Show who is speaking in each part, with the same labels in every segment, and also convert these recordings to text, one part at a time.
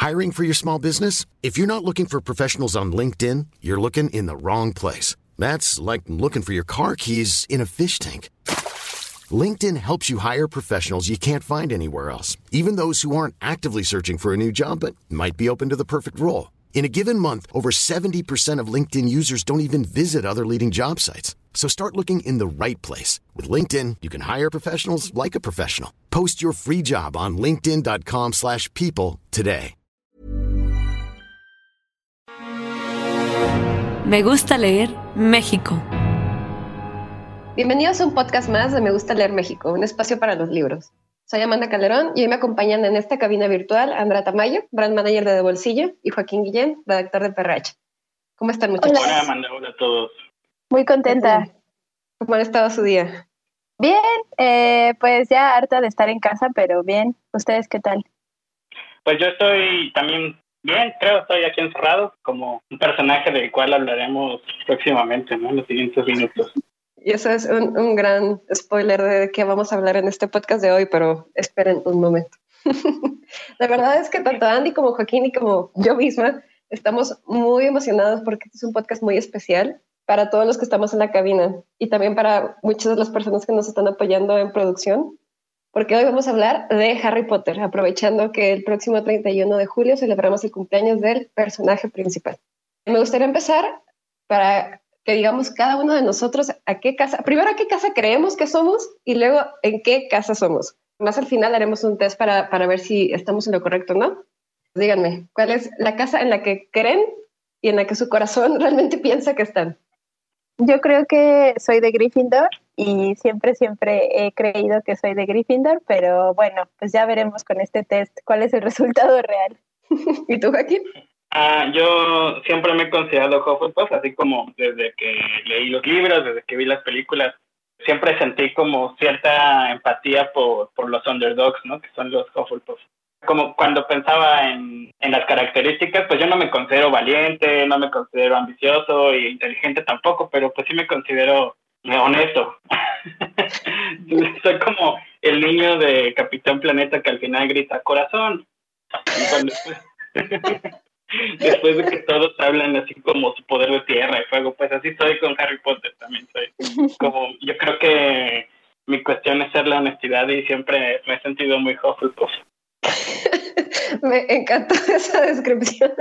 Speaker 1: Hiring for your small business? If you're not looking for professionals on LinkedIn, you're looking in the wrong place. That's like looking for your car keys in a fish tank. LinkedIn helps you hire professionals you can't find anywhere else, even those who aren't actively searching for a new job but might be open to the perfect role. In a given month, over 70% of LinkedIn users don't even visit other leading job sites. So start looking in the right place. With LinkedIn, you can hire professionals like a professional. Post your free job on linkedin.com/people today.
Speaker 2: Me gusta leer México.
Speaker 3: Bienvenidos a un podcast más de Me gusta leer México, un espacio para los libros. Soy Amanda Calderón y hoy me acompañan en esta cabina virtual Andrea Tamayo, brand manager de De Bolsillo, y Joaquín Guillén, redactor de Perrache. ¿Cómo están, muchachos?
Speaker 4: Hola, Amanda. Hola a todos.
Speaker 5: Muy contenta.
Speaker 3: ¿Cómo han estado su día?
Speaker 5: Bien, pues ya harta de estar en casa, pero bien. ¿Ustedes qué tal?
Speaker 4: Pues yo estoy también bien, creo. Estoy aquí encerrado como un personaje del cual hablaremos próximamente, ¿no? En los siguientes minutos.
Speaker 3: Y eso es un gran spoiler de qué vamos a hablar en este podcast de hoy, pero esperen un momento. La verdad es que tanto Andy como Joaquín y como yo misma estamos muy emocionados porque este es un podcast muy especial para todos los que estamos en la cabina y también para muchas de las personas que nos están apoyando en producción, porque hoy vamos a hablar de Harry Potter, aprovechando que el próximo 31 de julio celebramos el cumpleaños del personaje principal. Me gustaría empezar para que digamos cada uno de nosotros primero a qué casa creemos que somos y luego en qué casa somos. Más al final haremos un test para ver si estamos en lo correcto o no. Díganme, ¿cuál es la casa en la que creen y en la que su corazón realmente piensa que están?
Speaker 5: Yo creo que soy de Gryffindor y siempre he creído que soy de Gryffindor, pero bueno, pues ya veremos con este test cuál es el resultado real.
Speaker 3: ¿Y tú, Joaquín?
Speaker 4: Yo siempre me he considerado Hufflepuff, así como desde que leí los libros, desde que vi las películas, siempre sentí como cierta empatía por los underdogs, ¿no? Que son los Hufflepuff. Como cuando pensaba en las características, pues yo no me considero valiente, no me considero ambicioso e inteligente tampoco, pero pues sí me considero honesto. Soy como el niño de Capitán Planeta que al final grita ¡corazón! Y cuando después de que todos hablan así como su poder de tierra y fuego, pues así soy con Harry Potter también. Yo creo que mi cuestión es ser la honestidad y siempre me he sentido muy Hufflepuff.
Speaker 3: Me encantó esa descripción.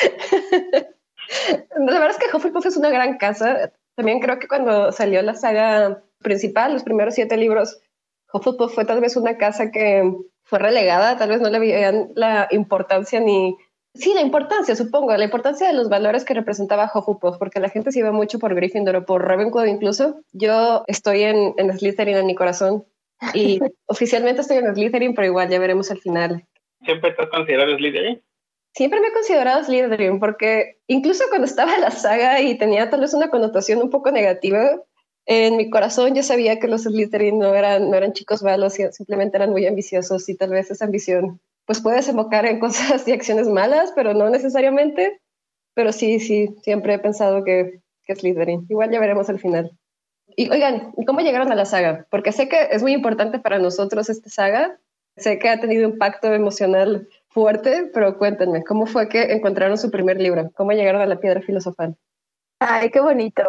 Speaker 3: La verdad es que Hufflepuff es una gran casa. También creo que cuando salió la saga principal, los primeros 7 libros, Hufflepuff fue tal vez una casa que fue relegada, tal vez no le veían la importancia Sí, la importancia de los valores que representaba Hufflepuff, porque la gente se iba mucho por Gryffindor o por Ravenclaw incluso. Yo estoy en Slytherin en mi corazón y oficialmente estoy en Slytherin, pero igual ya veremos al final.
Speaker 4: ¿Siempre te has considerado Slytherin?
Speaker 3: Siempre me he considerado Slytherin porque incluso cuando estaba en la saga y tenía tal vez una connotación un poco negativa, en mi corazón yo sabía que los Slytherin no eran chicos malos, simplemente eran muy ambiciosos y tal vez esa ambición pues puede desembocar en cosas y acciones malas, pero no necesariamente. Pero sí, siempre he pensado que Slytherin. Igual ya veremos al final. Y oigan, ¿cómo llegaron a la saga? Porque sé que es muy importante para nosotros esta saga. Sé que ha tenido un impacto emocional fuerte, pero cuéntenme, ¿cómo fue que encontraron su primer libro? ¿Cómo llegaron a la Piedra Filosofal?
Speaker 5: Ay, qué bonito.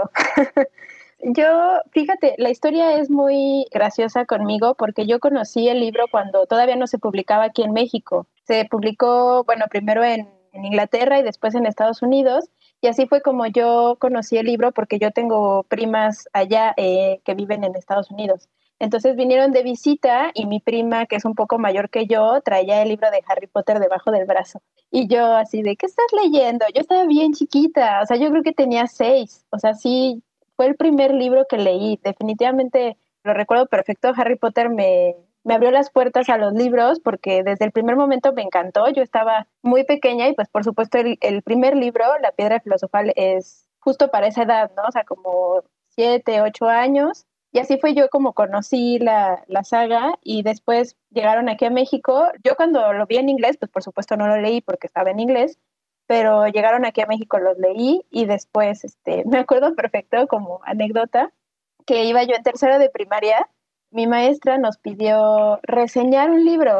Speaker 5: Fíjate, la historia es muy graciosa conmigo porque yo conocí el libro cuando todavía no se publicaba aquí en México. Se publicó, bueno, primero en Inglaterra y después en Estados Unidos. Y así fue como yo conocí el libro porque yo tengo primas allá que viven en Estados Unidos. Entonces vinieron de visita y mi prima, que es un poco mayor que yo, traía el libro de Harry Potter debajo del brazo. Y yo así de, ¿qué estás leyendo? Yo estaba bien chiquita, o sea, yo creo que tenía 6. O sea, sí, fue el primer libro que leí. Definitivamente lo recuerdo perfecto. Harry Potter me abrió las puertas a los libros porque desde el primer momento me encantó. Yo estaba muy pequeña y pues por supuesto el primer libro, La Piedra Filosofal, es justo para esa edad, ¿no? O sea, como 7, 8 años. Y así fue yo como conocí la saga y después llegaron aquí a México. Yo cuando lo vi en inglés, pues por supuesto no lo leí porque estaba en inglés, pero llegaron aquí a México, los leí y después me acuerdo perfecto como anécdota que iba yo en tercero de primaria, mi maestra nos pidió reseñar un libro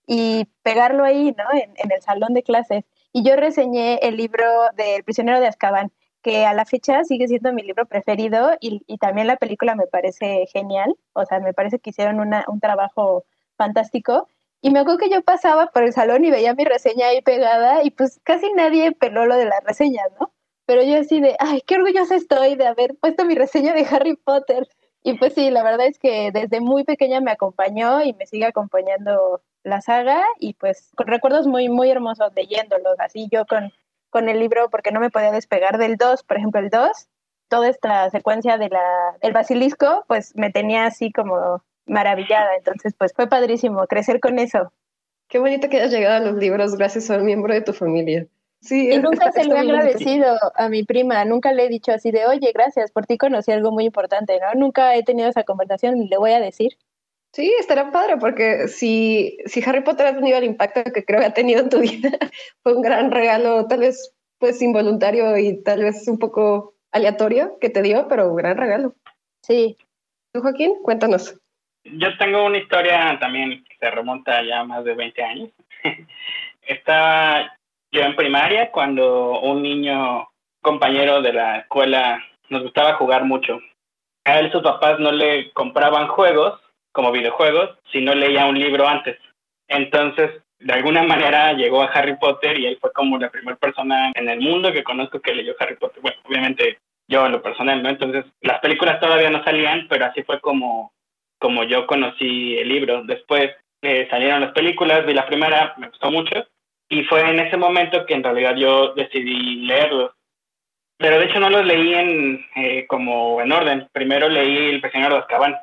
Speaker 5: y pegarlo ahí, ¿no? En el salón de clases. Y yo reseñé el libro del Prisionero de Azkaban, que a la fecha sigue siendo mi libro preferido y también la película me parece genial, o sea, me parece que hicieron un trabajo fantástico. Y me acuerdo que yo pasaba por el salón y veía mi reseña ahí pegada y pues casi nadie peló lo de las reseñas, ¿no? Pero yo así de, ay, qué orgullosa estoy de haber puesto mi reseña de Harry Potter. Y pues sí, la verdad es que desde muy pequeña me acompañó y me sigue acompañando la saga y pues con recuerdos muy, muy hermosos leyéndolos, así yo con el libro porque no me podía despegar del 2 por ejemplo el 2 toda esta secuencia del basilisco, pues me tenía así como maravillada, entonces pues fue padrísimo crecer con eso.
Speaker 3: Qué bonito que hayas llegado a los libros gracias a un miembro de tu familia. Sí,
Speaker 5: Y nunca se lo
Speaker 3: está
Speaker 5: he
Speaker 3: muy bonito.
Speaker 5: agradecido a mi prima, nunca le he dicho así de, oye, gracias, por ti conocí algo muy importante, ¿no? Nunca he tenido esa conversación y le voy a decir.
Speaker 3: Sí, estará padre porque si Harry Potter ha tenido el impacto que creo que ha tenido en tu vida, fue un gran regalo, tal vez pues involuntario y tal vez un poco aleatorio que te dio, pero un gran regalo.
Speaker 5: Sí.
Speaker 3: ¿Tú, Joaquín? Cuéntanos.
Speaker 4: Yo tengo una historia también que se remonta ya a más de 20 años. Estaba yo en primaria cuando un niño compañero de la escuela nos gustaba jugar mucho. A él sus papás no le compraban juegos como videojuegos si no leía un libro antes. Entonces, de alguna manera llegó a Harry Potter y él fue como la primera persona en el mundo que conozco que leyó Harry Potter. Bueno, obviamente yo en lo personal, ¿no? Entonces, las películas todavía no salían, pero así fue como yo conocí el libro. Después salieron las películas, vi la primera, me gustó mucho, y fue en ese momento que en realidad yo decidí leerlos. Pero de hecho no los leí como en orden. Primero leí El prisionero de Azkaban.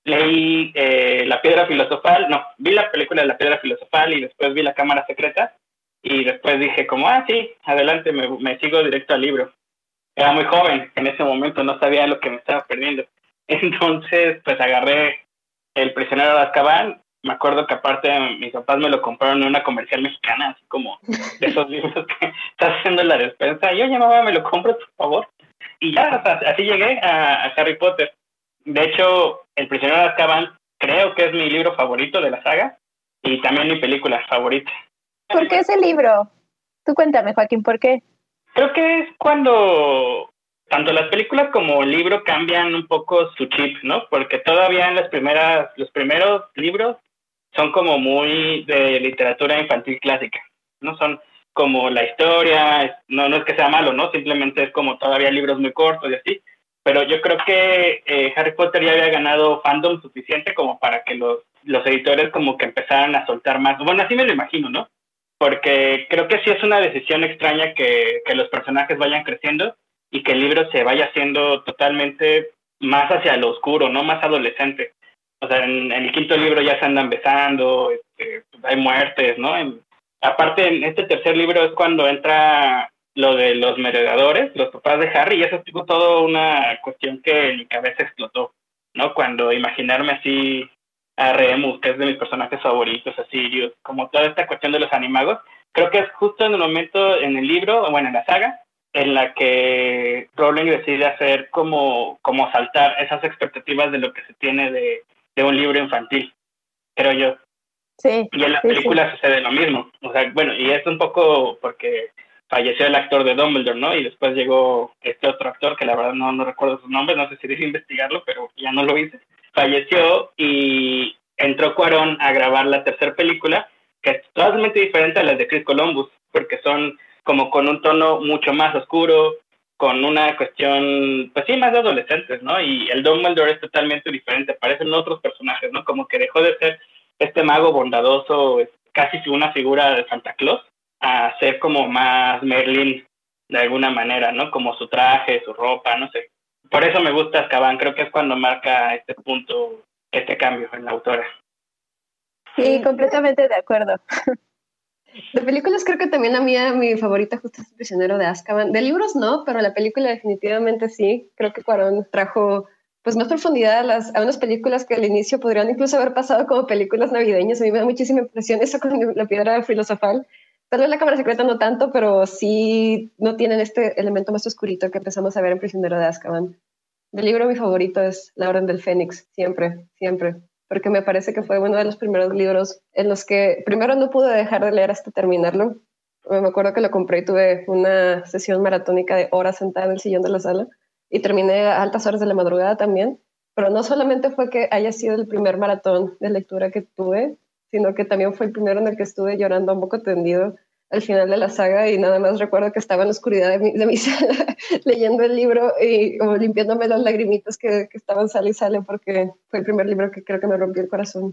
Speaker 4: Leí La Piedra Filosofal, no, vi la película de La Piedra Filosofal y después vi La Cámara Secreta y después dije como, sí, adelante, me sigo directo al libro. Era muy joven en ese momento, no sabía lo que me estaba perdiendo. Entonces, pues agarré El prisionero de Azkaban. Me acuerdo que aparte mis papás me lo compraron en una comercial mexicana, así como de esos libros que estás haciendo en la despensa. Y yo llamaba, ¿me lo compras, por favor? Y ya, o sea, así llegué a Harry Potter. De hecho, El prisionero de Azkaban creo que es mi libro favorito de la saga y también mi película favorita.
Speaker 5: ¿Por qué ese libro? Tú cuéntame, Joaquín, ¿por qué?
Speaker 4: Creo que es cuando tanto las películas como el libro cambian un poco su chip, ¿no? Porque todavía en los primeros libros son como muy de literatura infantil clásica, ¿no? Son como la historia, no es que sea malo, ¿no? Simplemente es como todavía libros muy cortos y así. Pero yo creo que Harry Potter ya había ganado fandom suficiente como para que los editores como que empezaran a soltar más. Bueno, así me lo imagino, ¿no? Porque creo que sí es una decisión extraña que los personajes vayan creciendo y que el libro se vaya haciendo totalmente más hacia lo oscuro, ¿no? Más adolescente. O sea, en el quinto libro ya se andan besando, hay muertes, ¿no? Aparte, en este tercer libro es cuando entra lo de los merodeadores, los papás de Harry, y eso es tipo toda una cuestión que en mi cabeza explotó, ¿no? Cuando imaginarme así a Remus, que es de mis personajes favoritos, a Sirius, como toda esta cuestión de los animagos, creo que es justo en el momento en el libro, bueno, en la saga, en la que Rowling decide hacer como saltar esas expectativas de lo que se tiene de un libro infantil, creo yo.
Speaker 5: Sí.
Speaker 4: Y en la película sucede lo mismo. O sea, bueno, y es un poco porque falleció el actor de Dumbledore, ¿no? Y después llegó este otro actor, que la verdad no recuerdo su nombre, no sé si dije investigarlo, pero ya no lo hice. Falleció y entró Cuarón a grabar la tercera película, que es totalmente diferente a las de Chris Columbus, porque son como con un tono mucho más oscuro, con una cuestión, pues sí, más de adolescentes, ¿no? Y el Dumbledore es totalmente diferente, parecen otros personajes, ¿no? Como que dejó de ser este mago bondadoso, casi una figura de Santa Claus, a ser como más Merlín, de alguna manera, ¿no? Como su traje, su ropa, no sé. Por eso me gusta Azkaban, creo que es cuando marca este punto, este cambio en la autora.
Speaker 5: Sí, completamente de acuerdo.
Speaker 3: De películas creo que también mi favorita justo es El prisionero de Azkaban. De libros no, pero la película definitivamente sí. Creo que Cuarón trajo pues más profundidad a unas películas que al inicio podrían incluso haber pasado como películas navideñas. A mí me da muchísima impresión eso con La Piedra Filosofal. Tal vez La Cámara Secreta no tanto, pero sí no tienen este elemento más oscurito que empezamos a ver en Prisionero de Azkaban. Del libro mi favorito es La Orden del Fénix, siempre, siempre. porque me parece que fue uno de los primeros libros en los que primero no pude dejar de leer hasta terminarlo. Me acuerdo que lo compré y tuve una sesión maratónica de horas sentada en el sillón de la sala y terminé a altas horas de la madrugada también, pero no solamente fue que haya sido el primer maratón de lectura que tuve, sino que también fue el primero en el que estuve llorando un poco tendido al final de la saga y nada más recuerdo que estaba en la oscuridad de mi sala leyendo el libro y como limpiándome las lagrimitas que estaban sale y sale porque fue el primer libro que creo que me rompió el corazón.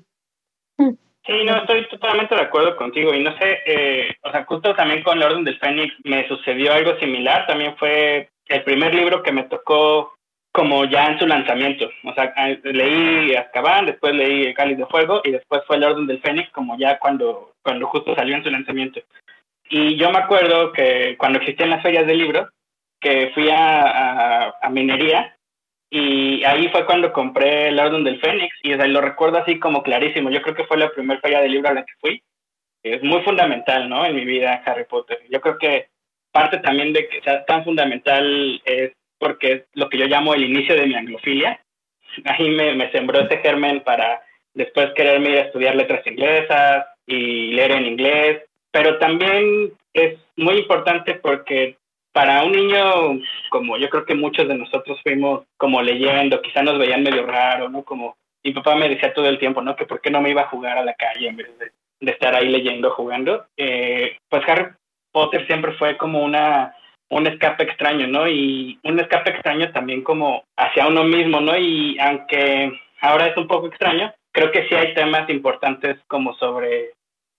Speaker 4: Sí, no, estoy totalmente de acuerdo contigo y no sé, o sea, justo también con La Orden del Fénix me sucedió algo similar, también fue el primer libro que me tocó como ya en su lanzamiento, o sea, leí Azkaban, después leí El Cáliz de Fuego y después fue La Orden del Fénix como ya cuando justo salió en su lanzamiento. Y yo me acuerdo que cuando existían las ferias de libros, que fui a Minería, y ahí fue cuando compré La Orden del Fénix, y o sea, lo recuerdo así como clarísimo. Yo creo que fue la primera feria de libros a la que fui. Es muy fundamental, ¿no? En mi vida Harry Potter. Yo creo que parte también de que sea tan fundamental es porque es lo que yo llamo el inicio de mi anglofilia. Ahí me sembró ese germen para después quererme ir a estudiar letras inglesas y leer en inglés. Pero también es muy importante porque para un niño, como yo creo que muchos de nosotros fuimos como leyendo, quizá nos veían medio raro, ¿no? Como mi papá me decía todo el tiempo, ¿no? Que por qué no me iba a jugar a la calle en vez de estar ahí leyendo, jugando. Pues Harry Potter siempre fue como un escape extraño, ¿no? Y un escape extraño también como hacia uno mismo, ¿no? Y aunque ahora es un poco extraño, creo que sí hay temas importantes como sobre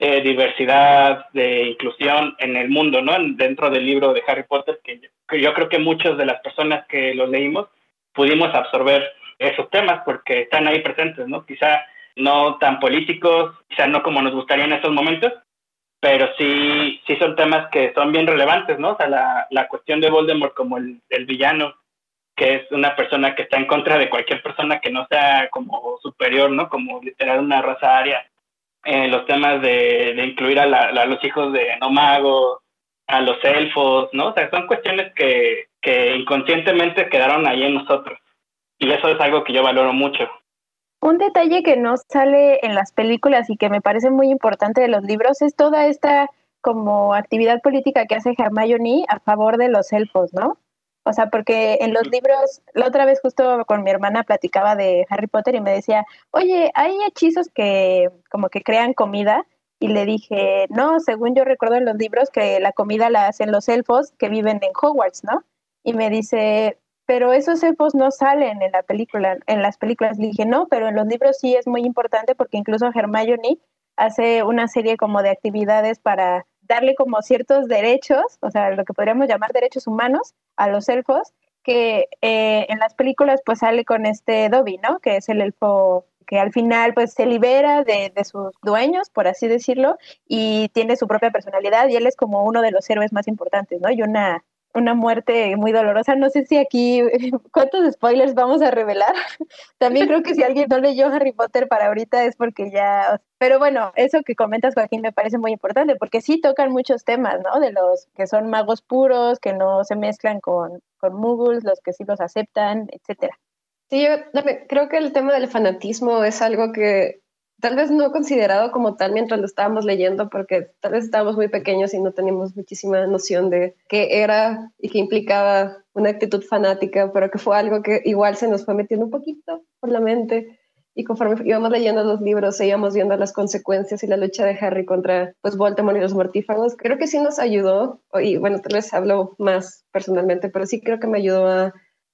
Speaker 4: diversidad, de inclusión en el mundo, ¿no? Dentro del libro de Harry Potter, que yo creo que muchas de las personas que lo leímos pudimos absorber esos temas porque están ahí presentes, ¿no? Quizá no tan políticos, quizá no como nos gustaría en estos momentos, pero sí son temas que son bien relevantes, ¿no? O sea, la cuestión de Voldemort como el villano, que es una persona que está en contra de cualquier persona que no sea como superior, ¿no? Como literal una raza aria. Los temas de incluir a los hijos de no magos, a los elfos, ¿no? O sea, son cuestiones que inconscientemente quedaron ahí en nosotros. Y eso es algo que yo valoro mucho.
Speaker 5: Un detalle que no sale en las películas y que me parece muy importante de los libros es toda esta como actividad política que hace Hermione a favor de los elfos, ¿no? O sea, porque en los libros, la otra vez justo con mi hermana platicaba de Harry Potter y me decía, oye, hay hechizos que como que crean comida, y le dije, no, según yo recuerdo en los libros que la comida la hacen los elfos que viven en Hogwarts, ¿no? Y me dice, pero esos elfos no salen en la película, en las películas. Le dije, no, pero en los libros sí es muy importante porque incluso Hermione hace una serie como de actividades para darle como ciertos derechos, o sea, lo que podríamos llamar derechos humanos a los elfos, que en las películas pues sale con este Dobby, ¿no? Que es el elfo que al final pues se libera de sus dueños, por así decirlo, y tiene su propia personalidad y él es como uno de los héroes más importantes, ¿no? Y una muerte muy dolorosa. No sé si aquí, ¿cuántos spoilers vamos a revelar? También creo que si alguien no leyó Harry Potter para ahorita es porque ya... Pero bueno, eso que comentas, Joaquín, me parece muy importante, porque sí tocan muchos temas, ¿no? De los que son magos puros, que no se mezclan con muggles, los que sí los aceptan, etcétera.
Speaker 3: Sí, yo creo que el tema del fanatismo es algo que tal vez no he considerado como tal mientras lo estábamos leyendo, porque tal vez estábamos muy pequeños y no teníamos muchísima noción de qué era y qué implicaba una actitud fanática, pero que fue algo que igual se nos fue metiendo un poquito por la mente. Y conforme íbamos leyendo los libros, íbamos viendo las consecuencias y la lucha de Harry contra pues, Voldemort y los mortífagos. Creo que sí nos ayudó, y bueno, tal vez hablo más personalmente, pero sí creo que me ayudó a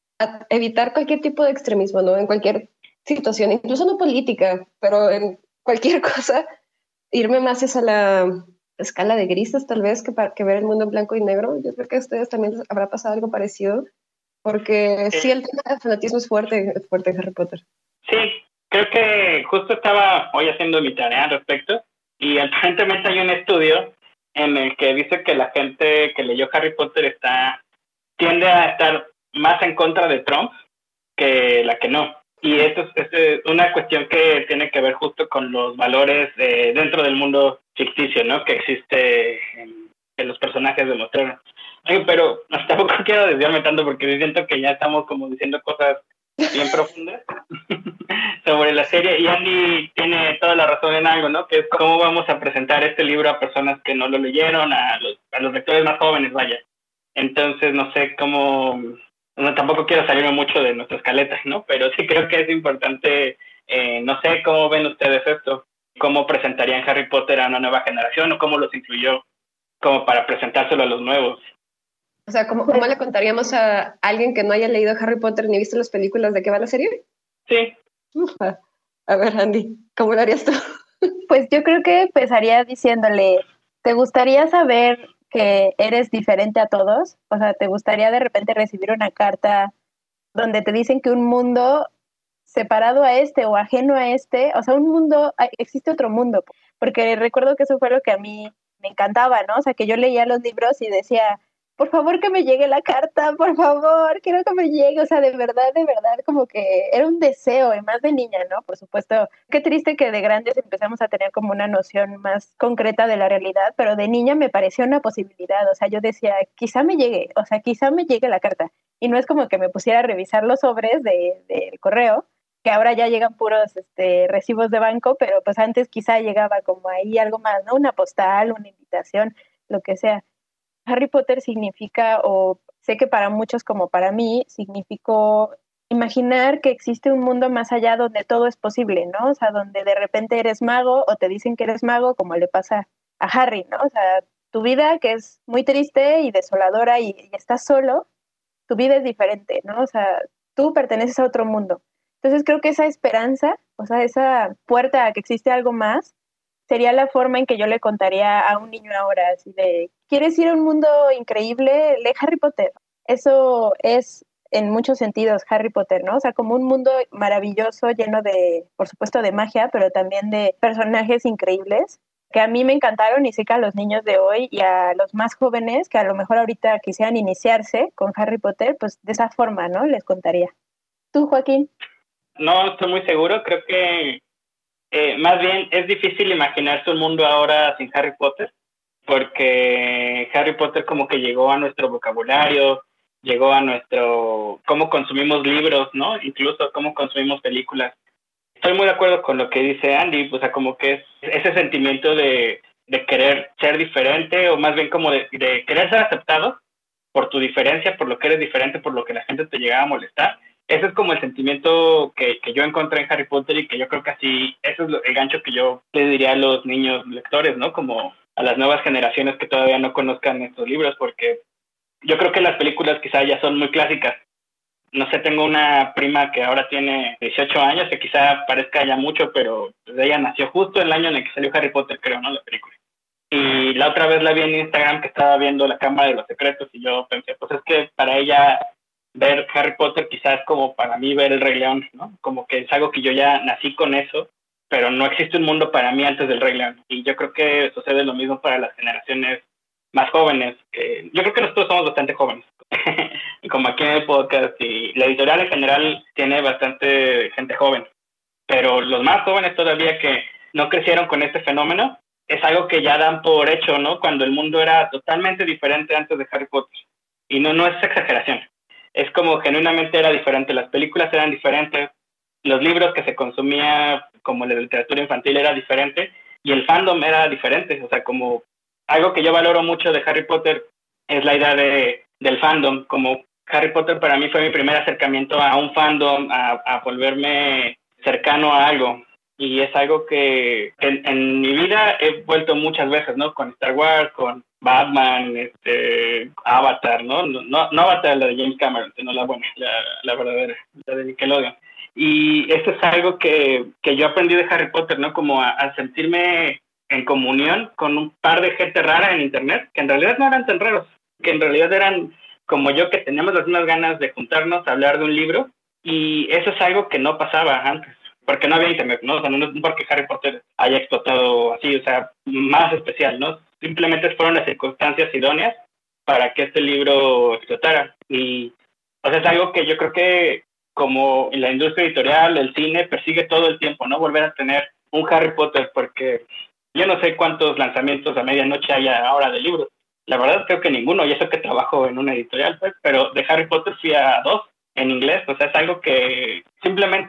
Speaker 3: evitar cualquier tipo de extremismo, ¿no? En cualquier situación, incluso no política, pero en cualquier cosa, irme más hacia la escala de grises, tal vez, que ver el mundo en blanco y negro. Yo creo que a ustedes también les habrá pasado algo parecido, porque sí, el tema del fanatismo es fuerte en Harry Potter.
Speaker 4: Sí, creo que justo estaba hoy haciendo mi tarea al respecto, y aparentemente hay un estudio en el que dice que la gente que leyó Harry Potter tiende a estar más en contra de Trump que la que no. Y esto es una cuestión que tiene que ver justo con los valores dentro del mundo ficticio, ¿no? Que existe en los personajes de los Tronos. Pero tampoco quiero desviarme tanto porque siento que ya estamos como diciendo cosas bien profundas sobre la serie, y Andy tiene toda la razón en algo, ¿no? Que es cómo vamos a presentar este libro a personas que no lo leyeron, a los lectores más jóvenes, vaya. Entonces, no sé cómo, no, tampoco quiero salirme mucho de nuestra escaleta, ¿no? Pero sí creo que es importante, no sé cómo ven ustedes esto, cómo presentarían Harry Potter a una nueva generación o cómo los influyó como para presentárselo a los nuevos.
Speaker 3: O sea, ¿cómo le contaríamos a alguien que no haya leído Harry Potter ni visto las películas de qué va la serie?
Speaker 4: Sí.
Speaker 3: Ufa. A ver, Andy, ¿cómo lo harías tú?
Speaker 5: Pues yo creo que empezaría diciéndole, ¿te gustaría saber que eres diferente a todos? O sea, ¿te gustaría de repente recibir una carta donde te dicen que un mundo separado a este o ajeno a este, o sea, un mundo, existe otro mundo? Porque recuerdo que eso fue lo que a mí me encantaba, ¿no? O sea, que yo leía los libros y decía, por favor que me llegue la carta, por favor, quiero que me llegue, o sea, de verdad, como que era un deseo, y más de niña, ¿no? Por supuesto, qué triste que de grandes empezamos a tener como una noción más concreta de la realidad, pero de niña me parecía una posibilidad, o sea, yo decía, quizá me llegue, o sea, quizá me llegue la carta, y no es como que me pusiera a revisar los sobres del correo, que ahora ya llegan puros recibos de banco, pero pues antes quizá llegaba como ahí algo más, ¿no? Una postal, una invitación, lo que sea. Harry Potter significa, o sé que para muchos como para mí, significó imaginar que existe un mundo más allá donde todo es posible, ¿no? O sea, donde de repente eres mago o te dicen que eres mago, como le pasa a Harry, ¿no? O sea, tu vida que es muy triste y desoladora y estás solo, tu vida es diferente, ¿no? O sea, tú perteneces a otro mundo. Entonces creo que esa esperanza, o sea, esa puerta a que existe algo más, sería la forma en que yo le contaría a un niño ahora, así de, ¿quieres ir a un mundo increíble? Lee Harry Potter. Eso es, en muchos sentidos, Harry Potter, ¿no? O sea, como un mundo maravilloso, lleno de, por supuesto, de magia, pero también de personajes increíbles, que a mí me encantaron y sé que a los niños de hoy y a los más jóvenes, que a lo mejor ahorita quisieran iniciarse con Harry Potter, pues de esa forma, ¿no? Les contaría. ¿Tú, Joaquín?
Speaker 4: No estoy muy seguro, creo que más bien es difícil imaginarse un mundo ahora sin Harry Potter, porque Harry Potter como que llegó a nuestro vocabulario, llegó a nuestro, cómo consumimos libros, ¿no? Incluso cómo consumimos películas. Estoy muy de acuerdo con lo que dice Andy, o sea, como que es ese sentimiento de querer ser diferente, o más bien como de querer ser aceptado por tu diferencia, por lo que eres diferente, por lo que la gente te llegaba a molestar. Ese es como el sentimiento que yo encontré en Harry Potter, y que yo creo que así, eso es el gancho que yo le diría a los niños lectores, ¿no? Como a las nuevas generaciones que todavía no conozcan estos libros, porque yo creo que las películas quizá ya son muy clásicas. No sé, tengo una prima que ahora tiene 18 años, que quizá parezca ya mucho, pero pues ella nació justo el año en el que salió Harry Potter, creo, ¿no? La película. Y la otra vez la vi en Instagram, que estaba viendo La Cámara de los Secretos, y yo pensé, pues es que para ella ver Harry Potter quizás como para mí ver El Rey León, ¿no? Como que es algo que yo ya nací con eso, pero no existe un mundo para mí antes del Rey León. Y yo creo que sucede lo mismo para las generaciones más jóvenes. Que yo creo que nosotros somos bastante jóvenes, como aquí en el podcast, y la editorial en general tiene bastante gente joven, pero los más jóvenes todavía que no crecieron con este fenómeno, es algo que ya dan por hecho, ¿no? Cuando el mundo era totalmente diferente antes de Harry Potter. Y no es exageración. Es como genuinamente era diferente. Las películas eran diferentes, los libros que se consumía como la literatura infantil era diferente, y el fandom era diferente. O sea, como algo que yo valoro mucho de Harry Potter es la idea del fandom. Como Harry Potter para mí fue mi primer acercamiento a un fandom, a volverme cercano a algo. Y es algo que en mi vida he vuelto muchas veces, ¿no? Con Star Wars, con Batman, Avatar, ¿no? No Avatar, la de James Cameron, sino la buena, la verdadera, la de Nickelodeon. Y esto es algo que yo aprendí de Harry Potter, ¿no? Como a sentirme en comunión con un par de gente rara en internet, que en realidad no eran tan raros, que en realidad eran como yo, que teníamos las mismas ganas de juntarnos a hablar de un libro, y eso es algo que no pasaba antes, porque no había internet, ¿no? O sea, no es porque Harry Potter haya explotado así, o sea, más especial, ¿no? Simplemente fueron las circunstancias idóneas para que este libro explotara. Y, o sea, es algo que yo creo que como la industria editorial, el cine, persigue todo el tiempo, ¿no? Volver a tener un Harry Potter, porque yo no sé cuántos lanzamientos a medianoche haya ahora de libros. La verdad creo que ninguno, y eso que trabajo en una editorial, pues, pero de Harry Potter fui a 2 en inglés. O sea, es algo que simplemente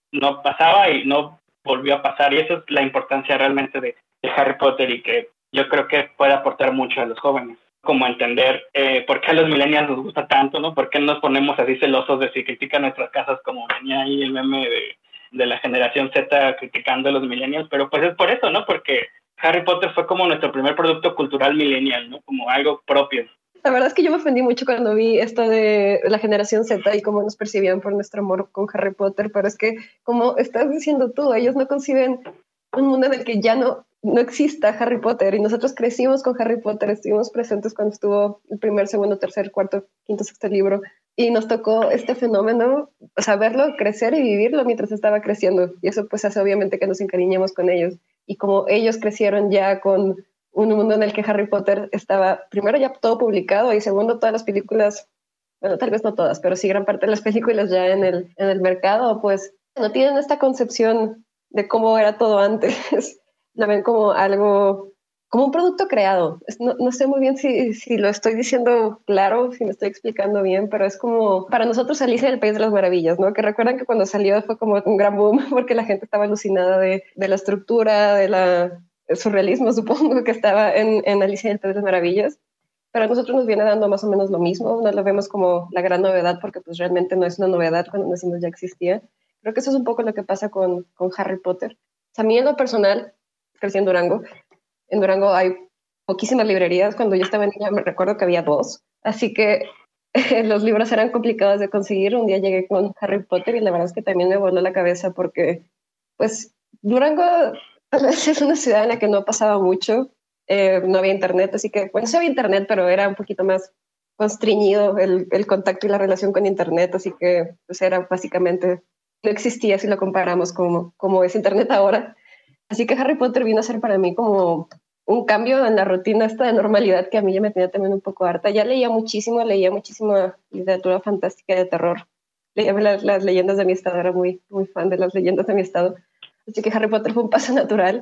Speaker 4: no pasaba y no volvió a pasar. Y eso es la importancia realmente de Harry Potter y que yo creo que puede aportar mucho a los jóvenes. Como entender por qué a los millennials nos gusta tanto, ¿no? ¿Por qué nos ponemos así celosos de si critican nuestras casas, como venía ahí el meme de la generación Z criticando a los millennials? Pero pues es por eso, ¿no? Porque Harry Potter fue como nuestro primer producto cultural millennial, ¿no? Como algo propio.
Speaker 3: La verdad es que yo me ofendí mucho cuando vi esto de la generación Z y cómo nos percibían por nuestro amor con Harry Potter, pero es que, como estás diciendo tú, ellos no conciben un mundo en el que ya no exista Harry Potter, y nosotros crecimos con Harry Potter, estuvimos presentes cuando estuvo el primer, segundo, tercer, cuarto, quinto, sexto libro, y nos tocó este fenómeno, o sea, verlo crecer y vivirlo mientras estaba creciendo, y eso pues hace obviamente que nos encariñemos con ellos, y como ellos crecieron ya con un mundo en el que Harry Potter estaba, primero, ya todo publicado, y segundo, todas las películas, bueno, tal vez no todas, pero sí gran parte de las películas ya en el mercado, pues no tienen esta concepción de cómo era todo antes. Lo ven como algo, como un producto creado. No sé muy bien si lo estoy diciendo claro, si me estoy explicando bien, pero es como para nosotros Alicia en el País de las Maravillas, ¿no? Que recuerdan que cuando salió fue como un gran boom porque la gente estaba alucinada de la estructura, el surrealismo, supongo, que estaba en Alicia en el País de las Maravillas. Pero a nosotros nos viene dando más o menos lo mismo, no lo vemos como la gran novedad porque pues realmente no es una novedad, cuando nacimos ya existía. Creo que eso es un poco lo que pasa con Harry Potter. O sea, a mí en lo personal, crecí en Durango hay poquísimas librerías. Cuando yo estaba niña me recuerdo que había 2, así que los libros eran complicados de conseguir. Un día llegué con Harry Potter y la verdad es que también me voló la cabeza porque pues Durango tal vez es una ciudad en la que no pasaba mucho, no había internet, así que bueno, sí había internet, pero era un poquito más constreñido el contacto y la relación con internet, así que pues era básicamente, no existía si lo comparamos como es internet ahora. Así que Harry Potter vino a ser para mí como un cambio en la rutina esta de normalidad que a mí ya me tenía también un poco harta. Ya leía muchísima literatura fantástica y de terror. Leía las leyendas de mi estado, era muy, muy fan de las leyendas de mi estado. Así que Harry Potter fue un paso natural.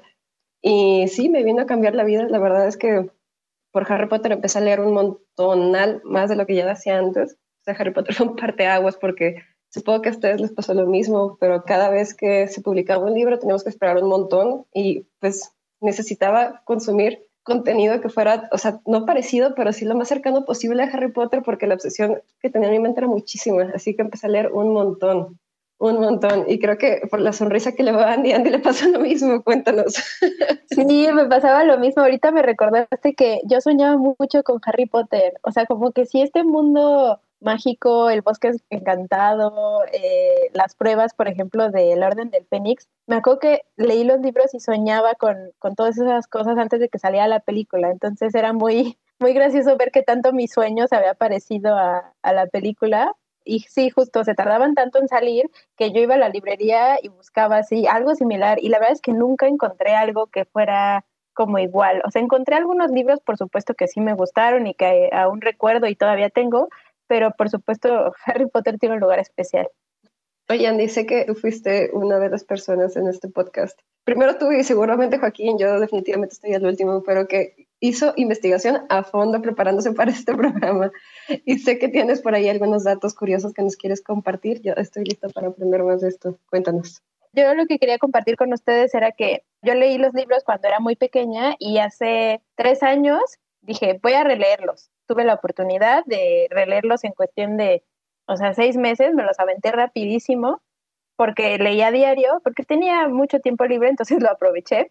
Speaker 3: Y sí, me vino a cambiar la vida. La verdad es que por Harry Potter empecé a leer un montonal más de lo que ya hacía antes. O sea, Harry Potter fue un parteaguas porque supongo que a ustedes les pasó lo mismo, pero cada vez que se publicaba un libro teníamos que esperar un montón y pues necesitaba consumir contenido que fuera, o sea, no parecido, pero sí lo más cercano posible a Harry Potter porque la obsesión que tenía en mi mente era muchísima, así que empecé a leer un montón. Y creo que por la sonrisa que le va a Andy le pasó lo mismo, cuéntanos.
Speaker 5: Sí, me pasaba lo mismo. Ahorita me recordaste que yo soñaba mucho con Harry Potter. O sea, como que si este mundo mágico, el bosque encantado, las pruebas, por ejemplo, del Orden del Fénix, me acuerdo que leí los libros y soñaba con todas esas cosas antes de que saliera la película. Entonces era muy, muy gracioso ver que tanto mis sueños había parecido a la película. Y sí, justo se tardaban tanto en salir que yo iba a la librería y buscaba así algo similar, y la verdad es que nunca encontré algo que fuera como igual. O sea, encontré algunos libros, por supuesto, que sí me gustaron y que aún recuerdo y todavía tengo, pero por supuesto Harry Potter tiene un lugar especial.
Speaker 3: Oye, Andy, sé que tú fuiste una de las personas en este podcast. Primero tú y seguramente Joaquín, yo definitivamente estoy al último, pero que hizo investigación a fondo preparándose para este programa. Y sé que tienes por ahí algunos datos curiosos que nos quieres compartir. Yo estoy lista para aprender más de esto. Cuéntanos.
Speaker 5: Yo lo que quería compartir con ustedes era que yo leí los libros cuando era muy pequeña y hace 3 años dije, voy a releerlos. Tuve la oportunidad de releerlos en cuestión de, o sea, 6 meses, me los aventé rapidísimo porque leía diario, porque tenía mucho tiempo libre, entonces lo aproveché.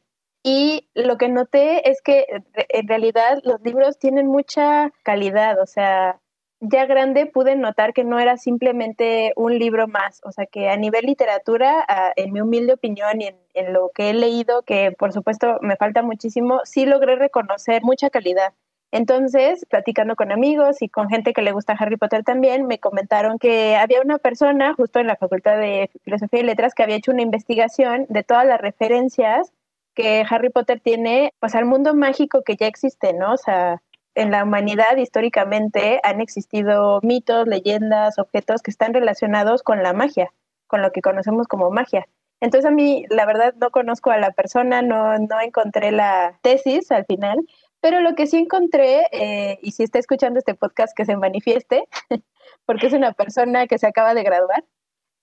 Speaker 5: Y lo que noté es que en realidad los libros tienen mucha calidad, o sea, ya grande pude notar que no era simplemente un libro más, o sea, que a nivel literatura, en mi humilde opinión y en lo que he leído, que por supuesto me falta muchísimo, sí logré reconocer mucha calidad. Entonces, platicando con amigos y con gente que le gusta Harry Potter también, me comentaron que había una persona justo en la Facultad de Filosofía y Letras que había hecho una investigación de todas las referencias que Harry Potter tiene, pues, al mundo mágico que ya existe, ¿no? O sea, en la humanidad históricamente han existido mitos, leyendas, objetos que están relacionados con la magia, con lo que conocemos como magia. Entonces a mí, la verdad, no conozco a la persona, no encontré la tesis al final, pero lo que sí encontré, y si está escuchando este podcast, que se manifieste, porque es una persona que se acaba de graduar,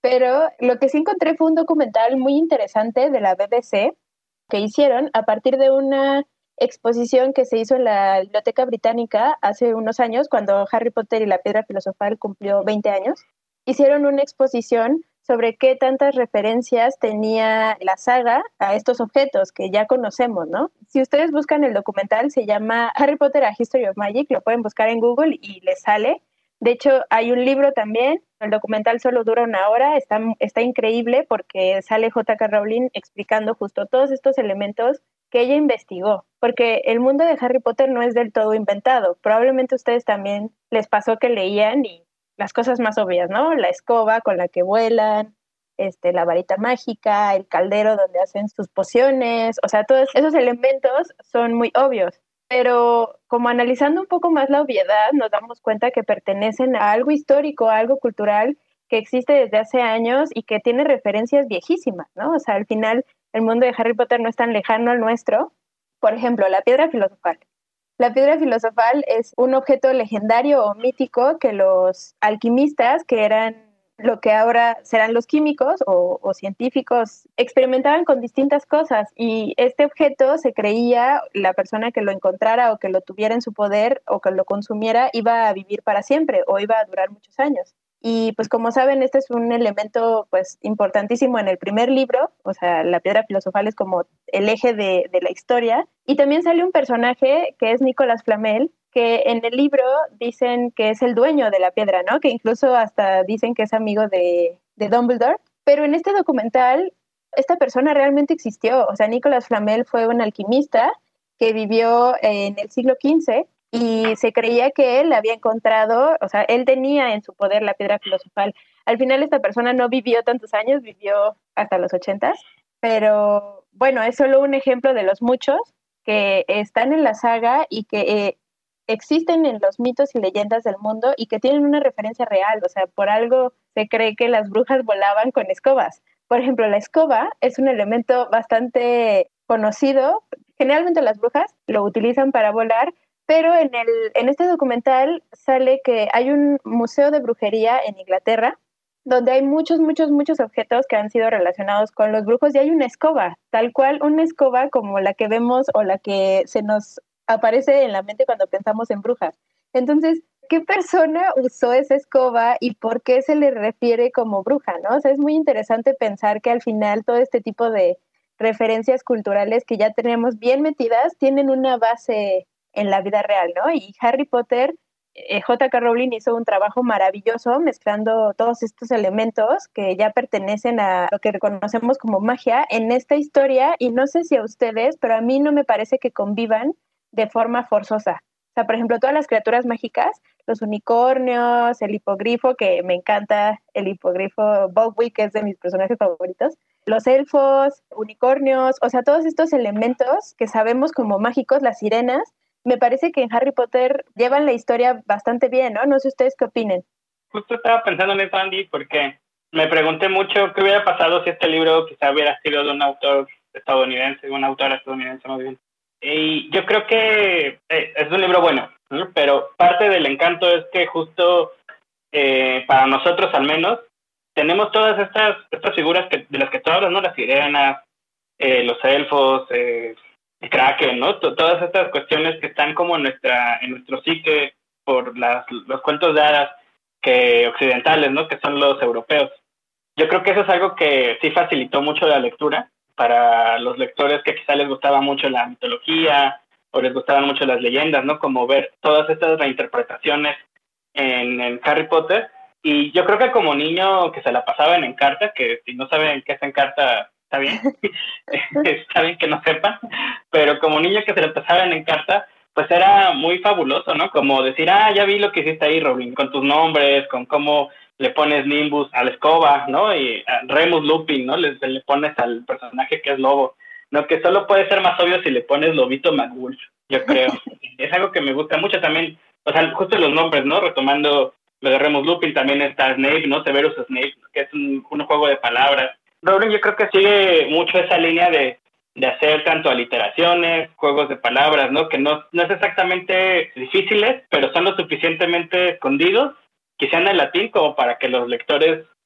Speaker 5: Pero lo que sí encontré fue un documental muy interesante de la BBC que hicieron a partir de una exposición que se hizo en la Biblioteca Británica hace unos años, cuando Harry Potter y la Piedra Filosofal cumplió 20 años. Hicieron una exposición sobre qué tantas referencias tenía la saga a estos objetos que ya conocemos, ¿no? Si ustedes buscan el documental, se llama Harry Potter: A History of Magic, lo pueden buscar en Google y les sale. De hecho, hay un libro también, el documental solo dura 1 hora, está increíble porque sale J.K. Rowling explicando justo todos estos elementos que ella investigó, porque el mundo de Harry Potter no es del todo inventado. Probablemente a ustedes también les pasó que leían y las cosas más obvias, ¿no? La escoba con la que vuelan, la varita mágica, el caldero donde hacen sus pociones, o sea, todos esos elementos son muy obvios. Pero como analizando un poco más la obviedad, nos damos cuenta que pertenecen a algo histórico, a algo cultural que existe desde hace años y que tiene referencias viejísimas, ¿no? O sea, al final el mundo de Harry Potter no es tan lejano al nuestro. Por ejemplo, la piedra filosofal. La piedra filosofal es un objeto legendario o mítico que los alquimistas, que eran lo que ahora serán los químicos o científicos, experimentaban con distintas cosas, y este objeto se creía, la persona que lo encontrara o que lo tuviera en su poder o que lo consumiera iba a vivir para siempre o iba a durar muchos años. Y pues como saben, este es un elemento pues importantísimo en el primer libro, o sea, la piedra filosofal es como el eje de la historia. Y también sale un personaje que es Nicolas Flamel, que en el libro dicen que es el dueño de la piedra, ¿no? Que incluso hasta dicen que es amigo de Dumbledore. Pero en este documental, esta persona realmente existió. O sea, Nicolas Flamel fue un alquimista que vivió en el siglo XV y se creía que él había encontrado, o sea, él tenía en su poder la piedra filosofal. Al final esta persona no vivió tantos años, vivió hasta los 80, pero bueno, es solo un ejemplo de los muchos que están en la saga y que existen en los mitos y leyendas del mundo y que tienen una referencia real. O sea, por algo se cree que las brujas volaban con escobas. Por ejemplo, la escoba es un elemento bastante conocido. Generalmente las brujas lo utilizan para volar, pero en este documental sale que hay un museo de brujería en Inglaterra donde hay muchos objetos que han sido relacionados con los brujos, y hay una escoba, tal cual una escoba como la que vemos o la que se nos aparece en la mente cuando pensamos en brujas. Entonces, ¿qué persona usó esa escoba y por qué se le refiere como bruja, ¿no? O sea, es muy interesante pensar que al final todo este tipo de referencias culturales que ya tenemos bien metidas tienen una base en la vida real, ¿no? Y Harry Potter, J.K. Rowling hizo un trabajo maravilloso mezclando todos estos elementos que ya pertenecen a lo que conocemos como magia en esta historia, y no sé si a ustedes, pero a mí no me parece que convivan de forma forzosa. O sea, por ejemplo, todas las criaturas mágicas, los unicornios, el hipogrifo, que me encanta, el hipogrifo Buckbeak, que es de mis personajes favoritos, los elfos, unicornios, o sea, todos estos elementos que sabemos como mágicos, las sirenas, me parece que en Harry Potter llevan la historia bastante bien, ¿no? No sé ustedes qué opinen.
Speaker 4: Justo estaba pensando en eso, Andy, porque me pregunté mucho qué hubiera pasado si este libro quizá hubiera sido de un autor estadounidense, una autora estadounidense más bien. Y yo creo que es un libro bueno, ¿no? Pero parte del encanto es que justo para nosotros al menos tenemos todas estas figuras de las que tú hablas, ¿no? Las sirenas, los elfos, el Kraken, ¿no? Todas estas cuestiones que están como en nuestro psique por los cuentos de hadas occidentales, ¿no? Que son los europeos. Yo creo que eso es algo que sí facilitó mucho la lectura para los lectores que quizá les gustaba mucho la mitología o les gustaban mucho las leyendas, ¿no? Como ver todas estas reinterpretaciones en Harry Potter. Y yo creo que como niño que se la pasaba en Encarta, que si no saben qué es Encarta, está bien, está bien que no sepan, pero como niño que se la pasaba en Encarta, pues era muy fabuloso, ¿no? Como decir, ya vi lo que hiciste ahí, Rowling, con tus nombres, con cómo le pones Nimbus a la escoba, ¿no? Y a Remus Lupin, ¿no? Le pones al personaje que es lobo, ¿no? Que solo puede ser más obvio si le pones Lobito McWolf, yo creo. Es algo que me gusta mucho también, o sea, justo los nombres, ¿no? Retomando lo de Remus Lupin, también está Snape, ¿no? Severus Snape, que es un juego de palabras. Rowling yo creo que sigue mucho esa línea de hacer tanto aliteraciones, juegos de palabras, ¿no? Que no es exactamente difíciles, pero son lo suficientemente escondidos, que sean en latín como para que los lectores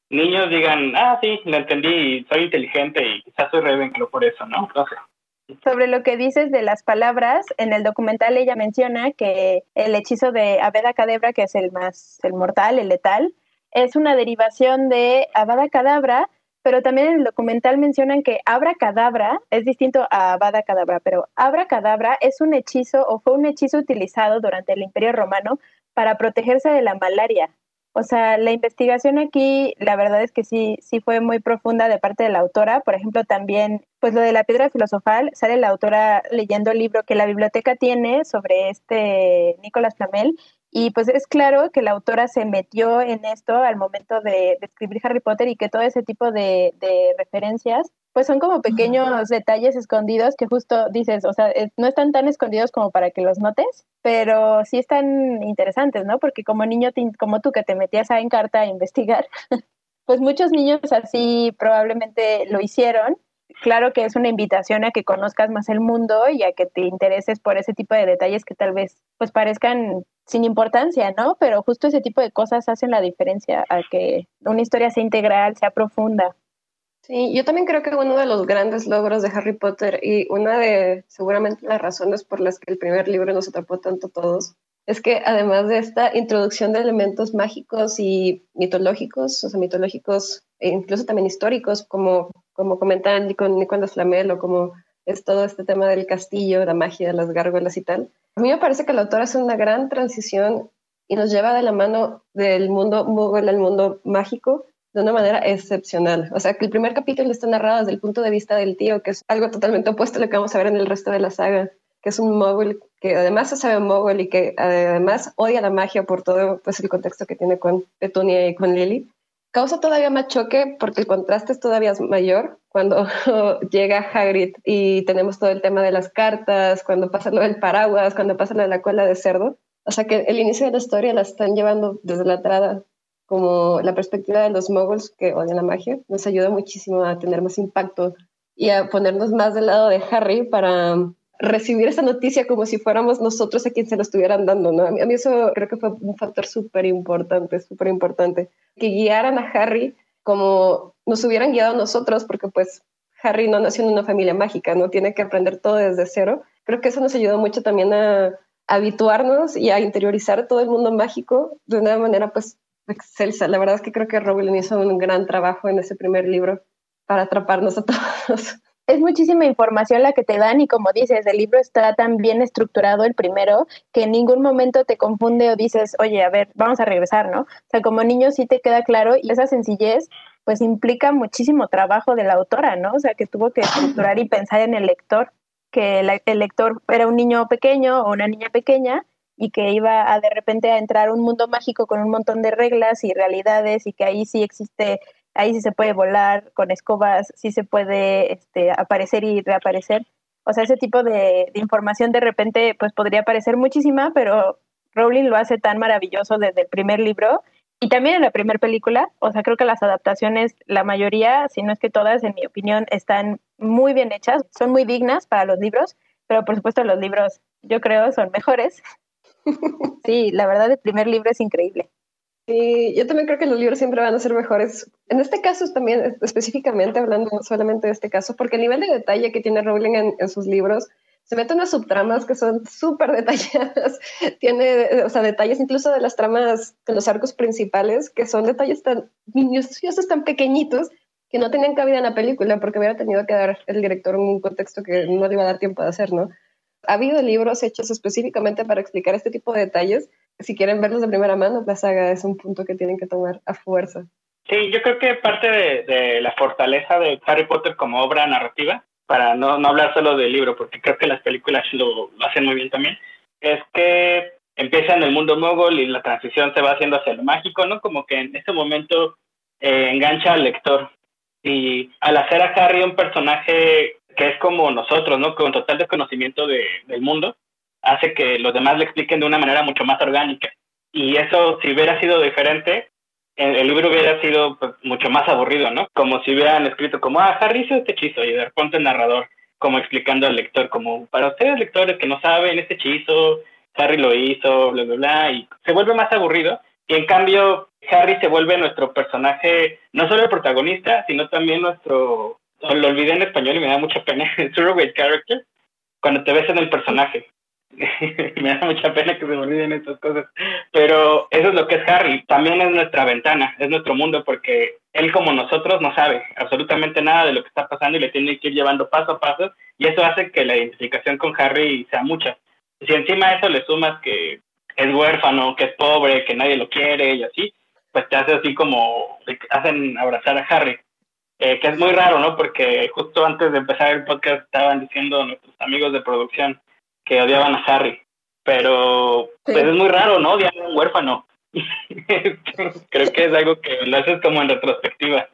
Speaker 4: niños digan, ah, sí, lo entendí, soy inteligente y quizás soy Ravenclaw por eso, ¿no? Entonces,
Speaker 5: Sobre lo que dices de las palabras, en el documental ella menciona que el hechizo de Avada Kedavra, que es el mortal, el letal, es una derivación de Avada Kedavra, pero también en el documental mencionan que Abracadabra es distinto a Avada Kedavra, pero Abracadabra es un hechizo o fue un hechizo utilizado durante el Imperio Romano para protegerse de la malaria. O sea, la investigación aquí, la verdad es que sí fue muy profunda de parte de la autora. Por ejemplo, también, pues lo de la piedra filosofal, sale la autora leyendo el libro que la biblioteca tiene sobre Nicolas Flamel, y pues es claro que la autora se metió en esto al momento de escribir Harry Potter y que todo ese tipo de referencias, pues son como pequeños detalles escondidos que justo dices, o sea, no están tan escondidos como para que los notes, pero sí están interesantes, ¿no? Porque como niño, como tú que te metías a Encarta a investigar, pues muchos niños así probablemente lo hicieron. Claro que es una invitación a que conozcas más el mundo y a que te intereses por ese tipo de detalles que tal vez pues parezcan sin importancia, ¿no? Pero justo ese tipo de cosas hacen la diferencia a que una historia sea integral, sea profunda.
Speaker 3: Sí, yo también creo que uno de los grandes logros de Harry Potter y una de seguramente las razones por las que el primer libro nos atrapó tanto a todos es que además de esta introducción de elementos mágicos y mitológicos, o sea, mitológicos e incluso también históricos, como comentaban con Nicolas Flamel o como es todo este tema del castillo, la magia, las gárgolas y tal, a mí me parece que la autora hace una gran transición y nos lleva de la mano del mundo Muggle al mundo mágico de una manera excepcional. O sea, que el primer capítulo está narrado desde el punto de vista del tío, que es algo totalmente opuesto a lo que vamos a ver en el resto de la saga, que es un mogul que además se sabe mogul y que además odia la magia por todo pues, el contexto que tiene con Petunia y con Lily. Causa todavía más choque porque el contraste es todavía mayor cuando llega Hagrid y tenemos todo el tema de las cartas, cuando pasa lo del paraguas, cuando pasa lo de la cola de cerdo. O sea que el inicio de la historia la están llevando desde la entrada como la perspectiva de los moguls que odian la magia, nos ayuda muchísimo a tener más impacto y a ponernos más del lado de Harry para recibir esa noticia como si fuéramos nosotros a quien se lo estuvieran dando, ¿no? A mí eso creo que fue un factor súper importante, que guiaran a Harry como nos hubieran guiado a nosotros, porque pues Harry no nació en una familia mágica, ¿no? Tiene que aprender todo desde cero. Creo que eso nos ayudó mucho también a habituarnos y a interiorizar todo el mundo mágico de una manera pues excelsa. La verdad es que creo que Rowling hizo un gran trabajo en ese primer libro para atraparnos a todos.
Speaker 5: Es muchísima información la que te dan y como dices, el libro está tan bien estructurado el primero que en ningún momento te confunde o dices, oye, a ver, vamos a regresar, ¿no? O sea, como niño sí te queda claro y esa sencillez pues implica muchísimo trabajo de la autora, ¿no? O sea, que tuvo que estructurar y pensar en el lector, que el lector era un niño pequeño o una niña pequeña y que iba a de repente a entrar a un mundo mágico con un montón de reglas y realidades y que ahí sí existe, ahí sí se puede volar con escobas, sí se puede aparecer y reaparecer. O sea, ese tipo de información de repente pues podría parecer muchísima, pero Rowling lo hace tan maravilloso desde el primer libro y también en la primera película. O sea, creo que las adaptaciones, la mayoría, si no es que todas, en mi opinión, están muy bien hechas, son muy dignas para los libros, pero por supuesto los libros, yo creo, son mejores. Sí, la verdad el primer libro es increíble.
Speaker 3: Sí, yo también creo que los libros siempre van a ser mejores. En este caso también, específicamente hablando solamente de este caso, porque el nivel de detalle que tiene Rowling en sus libros, se mete unas subtramas que son súper detalladas. Tiene, o sea, detalles incluso de las tramas de los arcos principales, que son detalles tan minuciosos, tan pequeñitos, que no tenían cabida en la película, porque hubiera tenido que dar el director un contexto que no le iba a dar tiempo de hacer, ¿no? Ha habido libros hechos específicamente para explicar este tipo de detalles. Si quieren verlos de primera mano, la saga es un punto que tienen que tomar a fuerza.
Speaker 4: Sí, yo creo que parte de la fortaleza de Harry Potter como obra narrativa, para no hablar solo del libro, porque creo que las películas lo hacen muy bien también, es que empieza en el mundo mogul y la transición se va haciendo hacia lo mágico, ¿no? Como que en ese momento engancha al lector. Y al hacer a Harry un personaje que es como nosotros, ¿no? Con total desconocimiento del mundo, hace que los demás le expliquen de una manera mucho más orgánica. Y eso, si hubiera sido diferente, el libro hubiera sido pues, mucho más aburrido, ¿no? Como si hubieran escrito como, Harry hizo este hechizo, y de repente el narrador como explicando al lector, como, para ustedes lectores que no saben este hechizo, Harry lo hizo, bla, bla, bla, y se vuelve más aburrido. Y en cambio, Harry se vuelve nuestro personaje, no solo el protagonista, sino también nuestro, lo olvidé en español y me da mucha pena, surrogate character, cuando te ves en el personaje. Me da mucha pena que se me olviden estas cosas, pero eso es lo que es Harry. También es nuestra ventana, es nuestro mundo, porque él, como nosotros, no sabe absolutamente nada de lo que está pasando y le tiene que ir llevando paso a paso, y eso hace que la identificación con Harry sea mucha. Si encima a eso le sumas que es huérfano, que es pobre, que nadie lo quiere y así, pues te hace así como, te hacen abrazar a Harry, que es muy raro, ¿no? Porque justo antes de empezar el podcast estaban diciendo nuestros amigos de producción que odiaban a Harry, pero pues es muy raro, ¿no? Odiar a un huérfano. Creo que es algo que lo haces como en retrospectiva.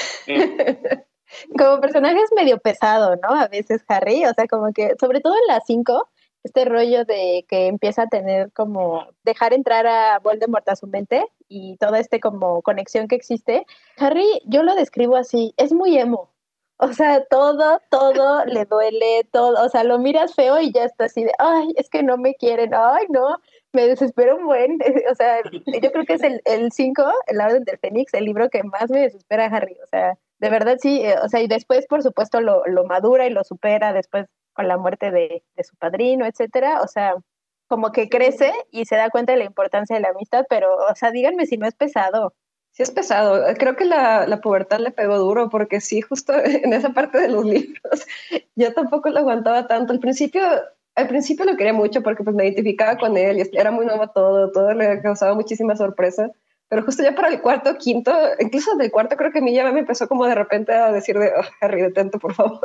Speaker 5: Como personaje es medio pesado, ¿no? A veces Harry, o sea, como que, sobre todo en las 5, este rollo de que empieza a tener como dejar entrar a Voldemort a su mente y toda como conexión que existe. Harry, yo lo describo así, es muy emo. O sea, todo le duele, todo, o sea, lo miras feo y ya está así de, ay, es que no me quieren, ay, no, me desespero un buen, o sea, yo creo que es el 5, el Orden del Fénix, el libro que más me desespera a Harry, o sea, de verdad sí, o sea, y después, por supuesto, lo madura y lo supera después con la muerte de su padrino, etcétera, o sea, como que crece y se da cuenta de la importancia de la amistad, pero, o sea, díganme si no es pesado.
Speaker 3: Sí es pesado. Creo que la pubertad le pegó duro porque sí, justo en esa parte de los libros, yo tampoco lo aguantaba tanto. Al principio lo quería mucho porque pues me identificaba con él y era muy nuevo todo le causaba muchísima sorpresa. Pero justo ya para el cuarto, quinto, incluso del cuarto creo que a mí ya me empezó como de repente a decir de, oh, Harry, detente, por favor.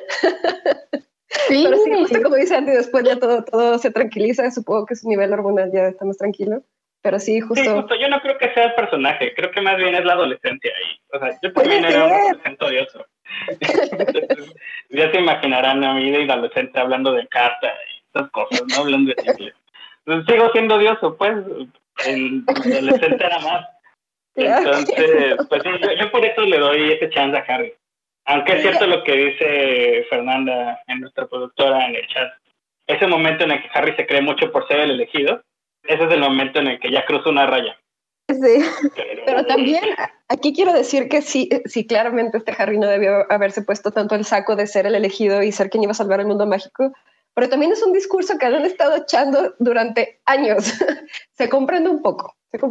Speaker 3: Sí. Pero sí, justo como dice Andy, después ya todo se tranquiliza, supongo que su nivel hormonal ya está más tranquilo. Pero sí, justo.
Speaker 4: Sí, justo. Yo no creo que sea el personaje. Creo que más bien es la adolescencia ahí. O sea, yo también era un adolescente odioso. Ya se imaginarán a mí de adolescente hablando de carta y esas cosas, ¿no? Hablando de inglés. Entonces, sigo siendo odioso, pues. El adolescente era más. Entonces, pues sí, yo por eso le doy ese chance a Harry. Aunque es cierto lo que dice Fernanda, nuestra productora, en el chat. Ese momento en el que Harry se cree mucho por ser el elegido, ese es el momento en el que ya cruza una raya.
Speaker 3: Sí, pero también aquí quiero decir que sí, claramente este Harry no debió haberse puesto tanto el saco de ser el elegido y ser quien iba a salvar el mundo mágico, pero también es un discurso que han estado echando durante años. Se comprende un poco.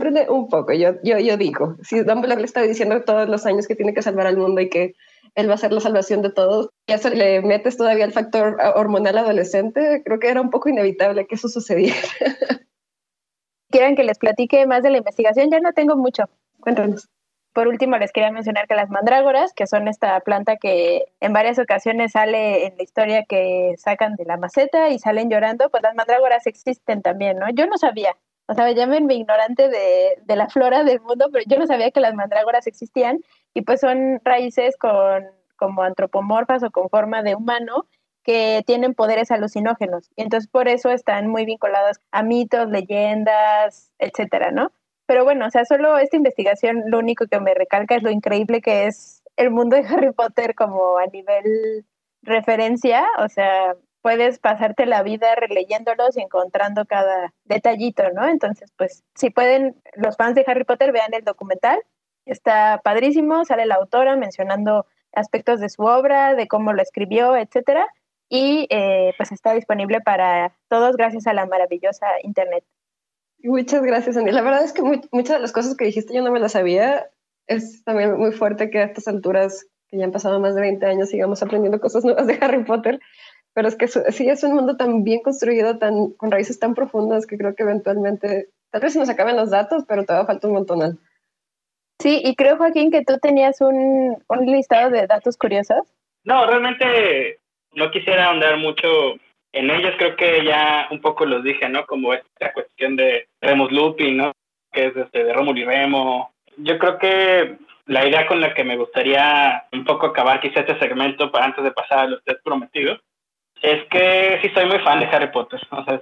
Speaker 3: Yo digo, si Dumbledore le está diciendo todos los años que tiene que salvar al mundo y que él va a ser la salvación de todos, y eso le metes todavía el factor hormonal adolescente, creo que era un poco inevitable que eso sucediera.
Speaker 5: ¿Quieren que les platique más de la investigación? Ya no tengo mucho.
Speaker 3: Cuéntanos.
Speaker 5: Por último, les quería mencionar que las mandrágoras, que son esta planta que en varias ocasiones sale en la historia que sacan de la maceta y salen llorando, pues las mandrágoras existen también, ¿no? Yo no sabía, o sea, llámenme ignorante de la flora del mundo, pero yo no sabía que las mandrágoras existían y pues son raíces como antropomorfas o con forma de humano, que tienen poderes alucinógenos, y entonces por eso están muy vinculados a mitos, leyendas, etcétera, ¿no? Pero bueno, o sea, solo esta investigación lo único que me recalca es lo increíble que es el mundo de Harry Potter como a nivel referencia, o sea, puedes pasarte la vida releyéndolos y encontrando cada detallito, ¿no? Entonces, pues, si pueden, los fans de Harry Potter, vean el documental, está padrísimo, sale la autora mencionando aspectos de su obra, de cómo lo escribió, etcétera, y pues está disponible para todos gracias a la maravillosa internet.
Speaker 3: Muchas gracias, Andy. La verdad es que muchas de las cosas que dijiste yo no me las sabía. Es también muy fuerte que a estas alturas, que ya han pasado más de 20 años, sigamos aprendiendo cosas nuevas de Harry Potter. Pero es que sí es un mundo tan bien construido, con raíces tan profundas, que creo que eventualmente, tal vez se nos acaben los datos, pero todavía falta un montón.
Speaker 5: Sí, y creo, Joaquín, que tú tenías un listado de datos curiosos.
Speaker 4: No, realmente no quisiera ahondar mucho en ellos, creo que ya un poco los dije, ¿no? Como esta cuestión de Remus Lupin, ¿no? Que es de Rómulo y Remo. Yo creo que la idea con la que me gustaría un poco acabar quizá este segmento para antes de pasar a los test prometidos es que sí soy muy fan de Harry Potter. O sea,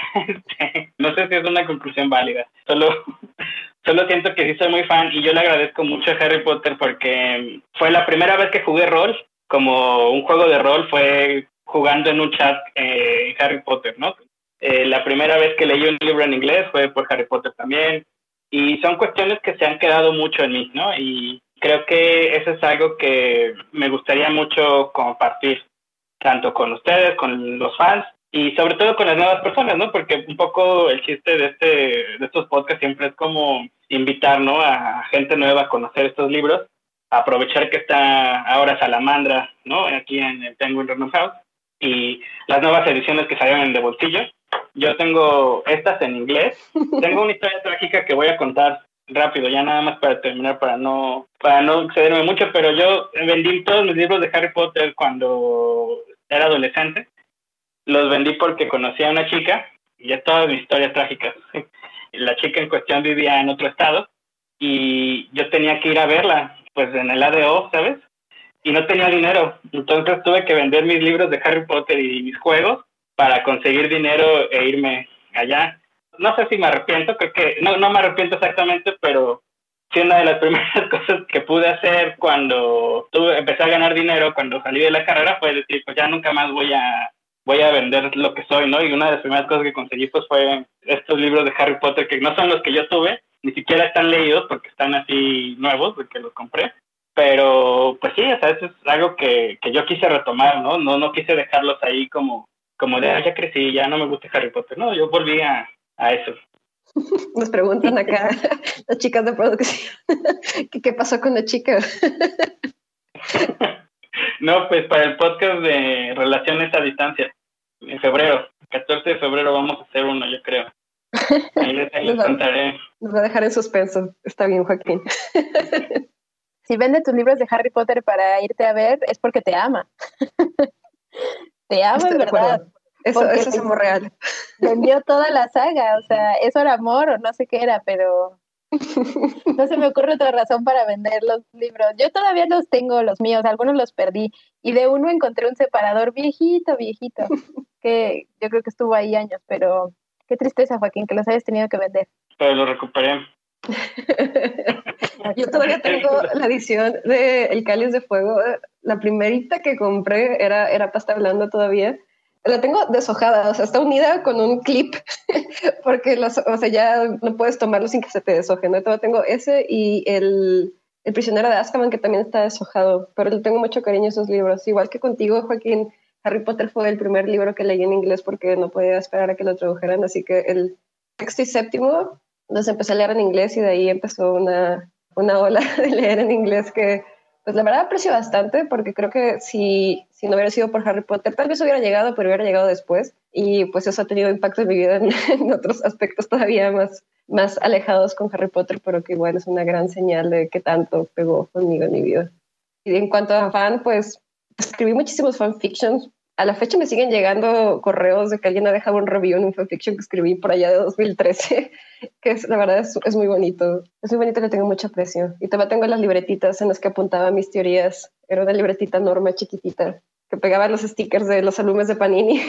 Speaker 4: no sé si es una conclusión válida. Solo siento que sí soy muy fan y yo le agradezco mucho a Harry Potter porque fue la primera vez que jugué rol, como un juego de rol, fue jugando en un chat Harry Potter, ¿no? La primera vez que leí un libro en inglés fue por Harry Potter también. Y son cuestiones que se han quedado mucho en mí, ¿no? Y creo que eso es algo que me gustaría mucho compartir, tanto con ustedes, con los fans, y sobre todo con las nuevas personas, ¿no? Porque un poco el chiste de estos podcasts siempre es como invitar, ¿no? A gente nueva a conocer estos libros, a aprovechar que está ahora Salamandra, ¿no? Aquí en el Penguin Random House, y las nuevas ediciones que salieron en De Bolsillo. Yo tengo estas en inglés. Tengo una historia trágica que voy a contar rápido, ya nada más para terminar, para no excederme mucho, pero yo vendí todos mis libros de Harry Potter cuando era adolescente. Los vendí porque conocí a una chica, y ya todas mis historias trágicas. La chica en cuestión vivía en otro estado, y yo tenía que ir a verla, pues en el ADO, ¿sabes? Y no tenía dinero, entonces tuve que vender mis libros de Harry Potter y mis juegos para conseguir dinero e irme allá. No sé si me arrepiento, creo que no me arrepiento exactamente, pero sí, una de las primeras cosas que pude hacer cuando empecé a ganar dinero, cuando salí de la carrera, fue decir, pues ya nunca más voy a vender lo que soy, ¿no? Y una de las primeras cosas que conseguí pues fue estos libros de Harry Potter, que no son los que yo tuve, ni siquiera están leídos porque están así nuevos, porque los compré. Pero pues sí, o sea, eso es algo que yo quise retomar, ¿no? No quise dejarlos ahí como de, ya crecí, ya no me gusta Harry Potter. No, yo volví a eso.
Speaker 3: Nos preguntan acá las chicas de producción, ¿qué pasó con la chica?
Speaker 4: No, pues para el podcast de Relaciones a Distancia, en febrero, 14 de febrero vamos a hacer uno, yo creo. Ahí les contaré.
Speaker 3: Nos va a dejar en suspenso. Está bien, Joaquín.
Speaker 5: Si vende tus libros de Harry Potter para irte a ver, es porque te ama. Te ama, en verdad.
Speaker 3: Eso es amor real.
Speaker 5: Vendió toda la saga, o sea, eso era amor o no sé qué era, pero no se me ocurre otra razón para vender los libros. Yo todavía los tengo, los míos, algunos los perdí, y de uno encontré un separador viejito, que yo creo que estuvo ahí años, pero qué tristeza, Joaquín, que los hayas tenido que vender.
Speaker 4: Pero lo recuperé.
Speaker 3: Yo todavía tengo la edición de El Cáliz de Fuego. La primerita que compré era pasta blanda todavía. La tengo deshojada, o sea, está unida con un clip porque ya no puedes tomarlo sin que se te deshoje, ¿no? Todavía tengo ese y el Prisionero de Azkaban, que también está deshojado, pero le tengo mucho cariño a esos libros. Igual que contigo, Joaquín, Harry Potter fue el primer libro que leí en inglés porque no podía esperar a que lo tradujeran, así que el sexto y séptimo los empecé a leer en inglés y de ahí empezó una ola de leer en inglés que, pues la verdad aprecio bastante, porque creo que si no hubiera sido por Harry Potter, tal vez hubiera llegado, pero hubiera llegado después, y pues eso ha tenido impacto en mi vida en otros aspectos todavía más alejados con Harry Potter, pero que igual es una gran señal de qué tanto pegó conmigo en mi vida. Y en cuanto a fan, pues escribí muchísimos fanfictions. A la fecha me siguen llegando correos de que alguien ha dejado un review en un fanfiction que escribí por allá de 2013, que la verdad es muy bonito. Es muy bonito, le tengo mucho aprecio. Y todavía tengo las libretitas en las que apuntaba mis teorías. Era una libretita enorme, chiquitita, que pegaba los stickers de los álbumes de Panini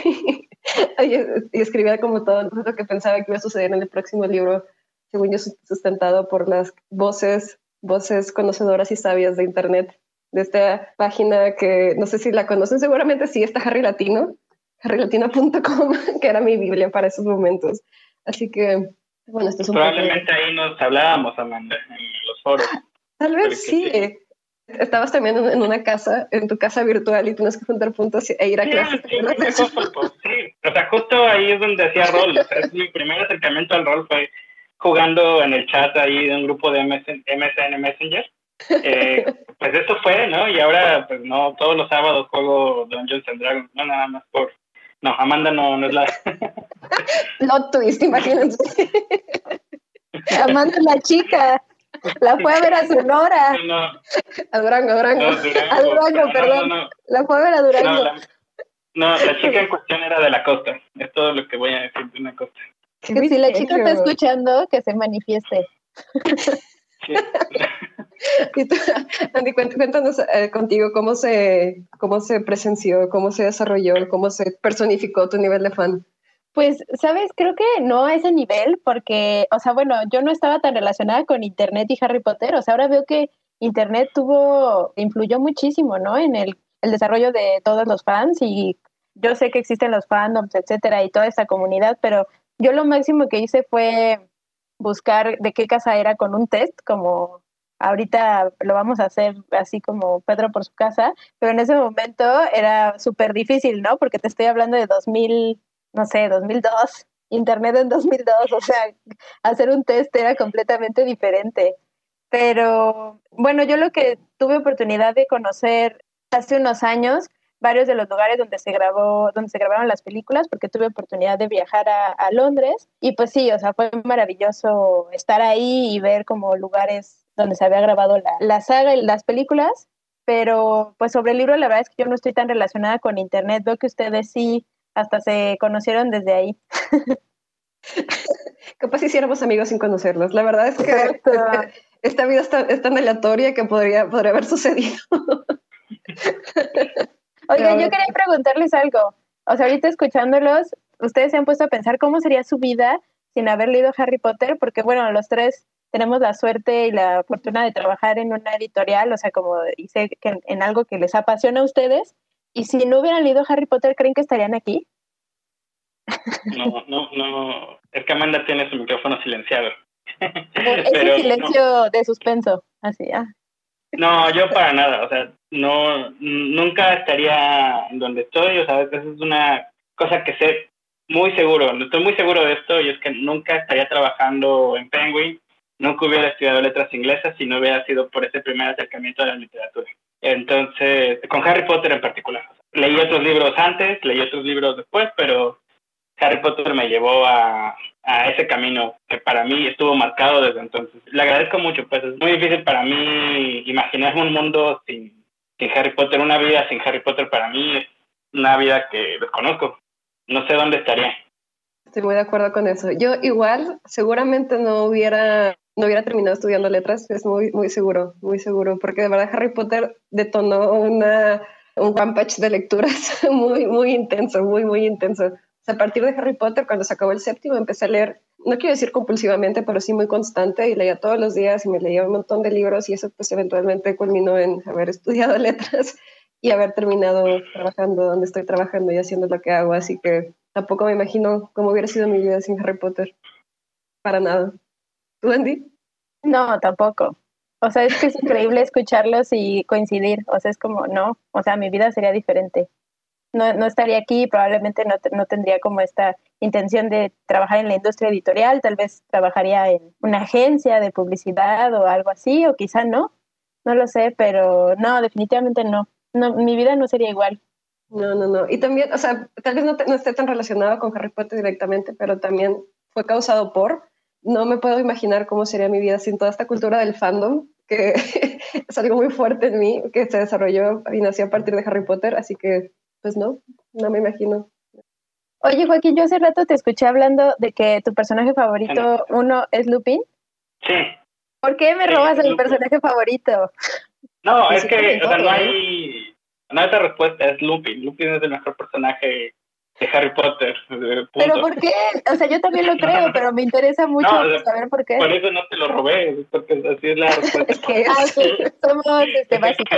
Speaker 3: y escribía como todo lo que pensaba que iba a suceder en el próximo libro, según yo sustentado por las voces conocedoras y sabias de Internet, de esta página que no sé si la conocen, seguramente sí, está Harry Latino, harrylatino.com, que era mi Biblia para esos momentos. Así que, bueno, esto es un
Speaker 4: probablemente ahí nos hablábamos, Amanda, en los foros.
Speaker 3: Tal vez sí. Estabas también en tu casa virtual y tienes que juntar puntos e ir a clases.
Speaker 4: Sí, o sea, justo ahí es donde hacía rol. O sea, mi primer acercamiento al rol fue jugando en el chat ahí de un grupo de MSN Messenger. Pues eso fue, ¿no? Y ahora, pues no, todos los sábados juego Dungeons and Dragons, no nada más por... No, Amanda no es la...
Speaker 3: Plot twist, imagínense.
Speaker 5: Amanda es la chica. La fue a ver a Sonora.
Speaker 4: No.
Speaker 3: A Durango. A Durango, perdón.
Speaker 4: No.
Speaker 3: La fue a ver a Durango.
Speaker 4: La chica en cuestión era de la costa. Es todo lo que voy a decir de una costa.
Speaker 5: Que si la chica está escuchando, que se manifieste.
Speaker 4: Sí.
Speaker 3: Y tú, Andy, cuéntanos contigo cómo se presenció, cómo se desarrolló, cómo se personificó tu nivel de fan.
Speaker 5: Pues, ¿sabes? Creo que no a ese nivel porque, o sea, bueno, yo no estaba tan relacionada con Internet y Harry Potter, o sea, ahora veo que Internet influyó muchísimo, ¿no? En el desarrollo de todos los fans, y yo sé que existen los fandoms, etcétera, y toda esta comunidad, pero yo lo máximo que hice fue buscar de qué casa era con un test, como ahorita lo vamos a hacer así como Pedro por su casa, pero en ese momento era súper difícil, ¿no? Porque te estoy hablando de 2000, no sé, 2002, internet en 2002, o sea, hacer un test era completamente diferente. Pero bueno, yo lo que tuve oportunidad de conocer hace unos años, varios de los lugares donde se grabaron las películas, porque tuve oportunidad de viajar a Londres, y pues sí, o sea, fue maravilloso estar ahí y ver como lugares donde se había grabado la saga y las películas, pero pues sobre el libro la verdad es que yo no estoy tan relacionada con internet, veo que ustedes sí, hasta se conocieron desde ahí.
Speaker 3: Capaz hiciéramos amigos sin conocerlos. La verdad es que
Speaker 5: Exacto.
Speaker 3: esta vida es tan aleatoria que podría haber sucedido.
Speaker 5: Oigan, yo quería preguntarles algo. O sea, ahorita escuchándolos, ustedes se han puesto a pensar cómo sería su vida sin haber leído Harry Potter, porque bueno, los tres tenemos la suerte y la fortuna de trabajar en una editorial, o sea, como dice que en algo que les apasiona a ustedes. Y si no hubieran leído Harry Potter, ¿creen que estarían aquí?
Speaker 4: No. Es que Amanda tiene su micrófono silenciado.
Speaker 5: Ese silencio de suspenso, así,
Speaker 4: No, yo para nada, o sea, nunca estaría donde estoy, o sea, esa es una cosa que sé muy seguro, estoy muy seguro de esto, y es que nunca estaría trabajando en Penguin, nunca hubiera estudiado letras inglesas si no hubiera sido por ese primer acercamiento a la literatura. Entonces, con Harry Potter en particular. Leí otros libros antes, leí otros libros después, pero Harry Potter me llevó a ese camino que para mí estuvo marcado desde entonces. Le agradezco mucho, pues es muy difícil para mí imaginarme un mundo sin Harry Potter, una vida sin Harry Potter para mí es una vida que desconozco. No sé dónde estaría.
Speaker 3: Estoy muy de acuerdo con eso. Yo igual seguramente no hubiera terminado estudiando letras, es muy seguro, porque de verdad Harry Potter detonó un rampage de lecturas muy intenso, muy intenso. O sea, a partir de Harry Potter, cuando se acabó el séptimo, empecé a leer, no quiero decir compulsivamente, pero sí muy constante, y leía todos los días y me leía un montón de libros, y eso pues eventualmente culminó en haber estudiado letras y haber terminado trabajando donde estoy trabajando y haciendo lo que hago, así que tampoco me imagino cómo hubiera sido mi vida sin Harry Potter, para nada. ¿Tú, Andy?
Speaker 5: No, tampoco. O sea, es que es increíble escucharlos y coincidir. O sea, es como, no, o sea, mi vida sería diferente. No estaría aquí, probablemente no tendría como esta intención de trabajar en la industria editorial, tal vez trabajaría en una agencia de publicidad o algo así, o quizá no lo sé, pero no, definitivamente no. No, mi vida no sería igual.
Speaker 3: No. Y también, o sea, tal vez no esté tan relacionado con Harry Potter directamente, pero también fue causado por, no me puedo imaginar cómo sería mi vida sin toda esta cultura del fandom, que es algo muy fuerte en mí, que se desarrolló y nació a partir de Harry Potter, así que, pues no me imagino.
Speaker 5: Oye, Joaquín, yo hace rato te escuché hablando de que tu personaje favorito, uno, es Lupin.
Speaker 4: Sí.
Speaker 5: ¿Por qué me robas a mi personaje favorito?
Speaker 4: No, es que, o sea, no hay otra respuesta, es Lupin. Lupin es el mejor personaje de Harry Potter. Punto.
Speaker 5: ¿Pero por qué? O sea, yo también lo creo, pero me interesa mucho saber por qué.
Speaker 4: Por eso no te lo robé, porque así es la respuesta.
Speaker 3: Es que
Speaker 5: somos básicos.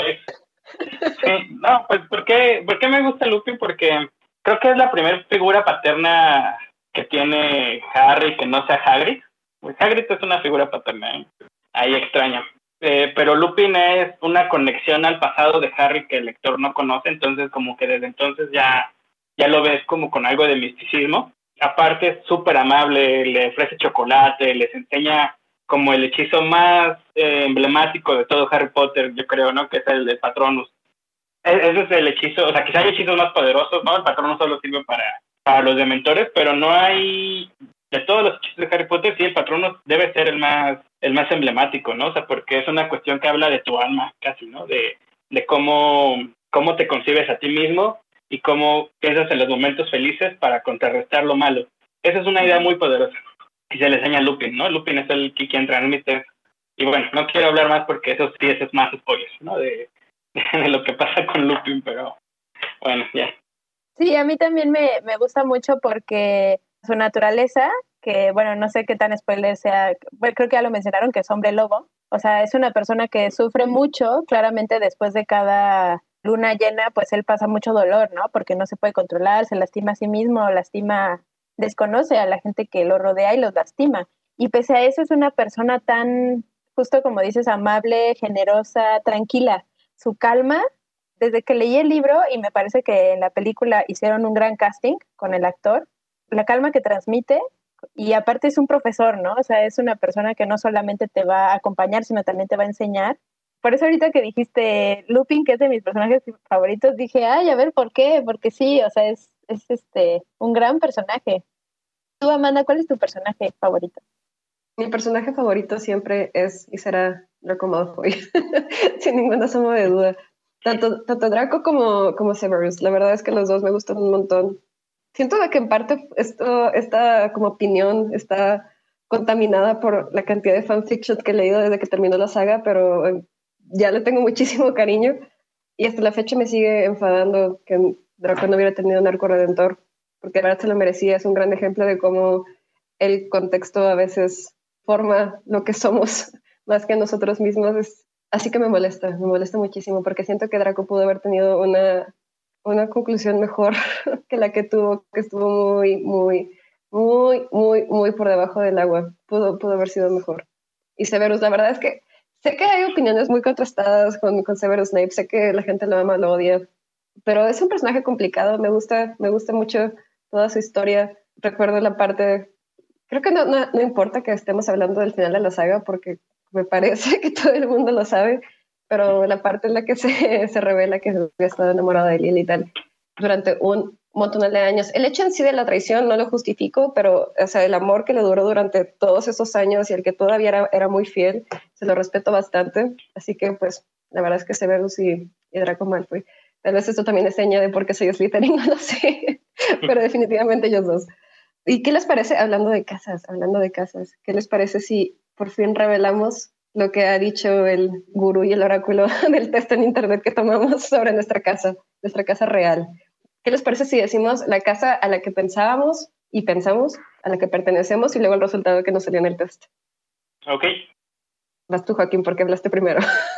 Speaker 4: Sí, no, pues ¿por qué me gusta Lupin? Porque creo que es la primera figura paterna que tiene Harry que no sea Hagrid. Pues Hagrid es una figura paterna, ahí extraña. Pero Lupin es una conexión al pasado de Harry que el lector no conoce, entonces como que desde entonces ya lo ves como con algo de misticismo. Aparte es súper amable, le ofrece chocolate, les enseña como el hechizo más emblemático de todo Harry Potter, yo creo, ¿no? Que es el de Patronus. Ese es el hechizo, o sea, quizá hay hechizos más poderosos, ¿no? El Patronus solo sirve para los dementores, pero no hay... De todos los hechizos de Harry Potter, sí, el Patronus debe ser el más emblemático, ¿no? O sea, porque es una cuestión que habla de tu alma, casi, ¿no? De cómo te concibes a ti mismo y cómo piensas en los momentos felices para contrarrestar lo malo. Esa es una idea muy poderosa. Y se le enseña a Lupin, ¿no? Lupin es el quien transmite. Y bueno, no quiero hablar más porque eso es más spoilers, ¿no? De lo que pasa con Lupin, pero bueno, ya.
Speaker 5: Sí, a mí también me gusta mucho porque su naturaleza, que bueno, no sé qué tan spoiler sea, bueno, creo que ya lo mencionaron, que es hombre lobo. O sea, es una persona que sufre mucho, claramente después de cada luna llena, pues él pasa mucho dolor, ¿no? Porque no se puede controlar, se lastima a sí mismo, desconoce a la gente que lo rodea y los lastima. y pese a eso es una persona tan, justo como dices, amable, generosa, tranquila. Su calma, desde que leí el libro, y me parece que en la película hicieron un gran casting con el actor, la calma que transmite, y aparte es un profesor, ¿no? O sea, es una persona que no solamente te va a acompañar, sino también te va a enseñar. Por eso ahorita que dijiste Lupin, que es de mis personajes favoritos, dije, ay, a ver, ¿por qué? Porque sí, o sea, es un gran personaje. Tú, Amanda, ¿cuál es tu personaje favorito?
Speaker 3: Mi personaje favorito siempre es y será Draco Malfoy, sin ninguna sombra de duda. Tanto Draco como Severus, la verdad es que los dos me gustan un montón. Siento que en parte esta como opinión está contaminada por la cantidad de fanfiction que he leído desde que terminó la saga, pero ya le tengo muchísimo cariño y hasta la fecha me sigue enfadando que Draco no hubiera tenido un arco redentor, porque la verdad se lo merecía. Es un gran ejemplo de cómo el contexto a veces forma lo que somos más que nosotros mismos. Así que me molesta muchísimo, porque siento que Draco pudo haber tenido una conclusión mejor que la que tuvo, que estuvo muy por debajo del agua. Pudo haber sido mejor. Y Severus, la verdad es que sé que hay opiniones muy contrastadas con Severus Snape, sé que la gente lo ama, lo odia, pero es un personaje complicado. Me gusta mucho toda su historia. Recuerdo la parte, creo que no importa que estemos hablando del final de la saga, porque me parece que todo el mundo lo sabe, pero la parte en la que se revela que había estado enamorado de Lily y tal durante un montón de años. El hecho en sí de la traición no lo justifico, pero o sea, el amor que le duró durante todos esos años y el que todavía era muy fiel, se lo respeto bastante. Así que pues la verdad es que Severus y Draco Malfoy. Tal vez esto también es seña de por qué soy Slytherin, no lo sé, pero definitivamente ellos dos. ¿Y qué les parece, hablando de casas, qué les parece si por fin revelamos lo que ha dicho el gurú y el oráculo del test en internet que tomamos sobre nuestra casa real? ¿Qué les parece si decimos la casa a la que pensábamos y pensamos, a la que pertenecemos, y luego el resultado que nos salió en el test?
Speaker 4: Ok.
Speaker 3: Vas tú, Joaquín, porque hablaste primero.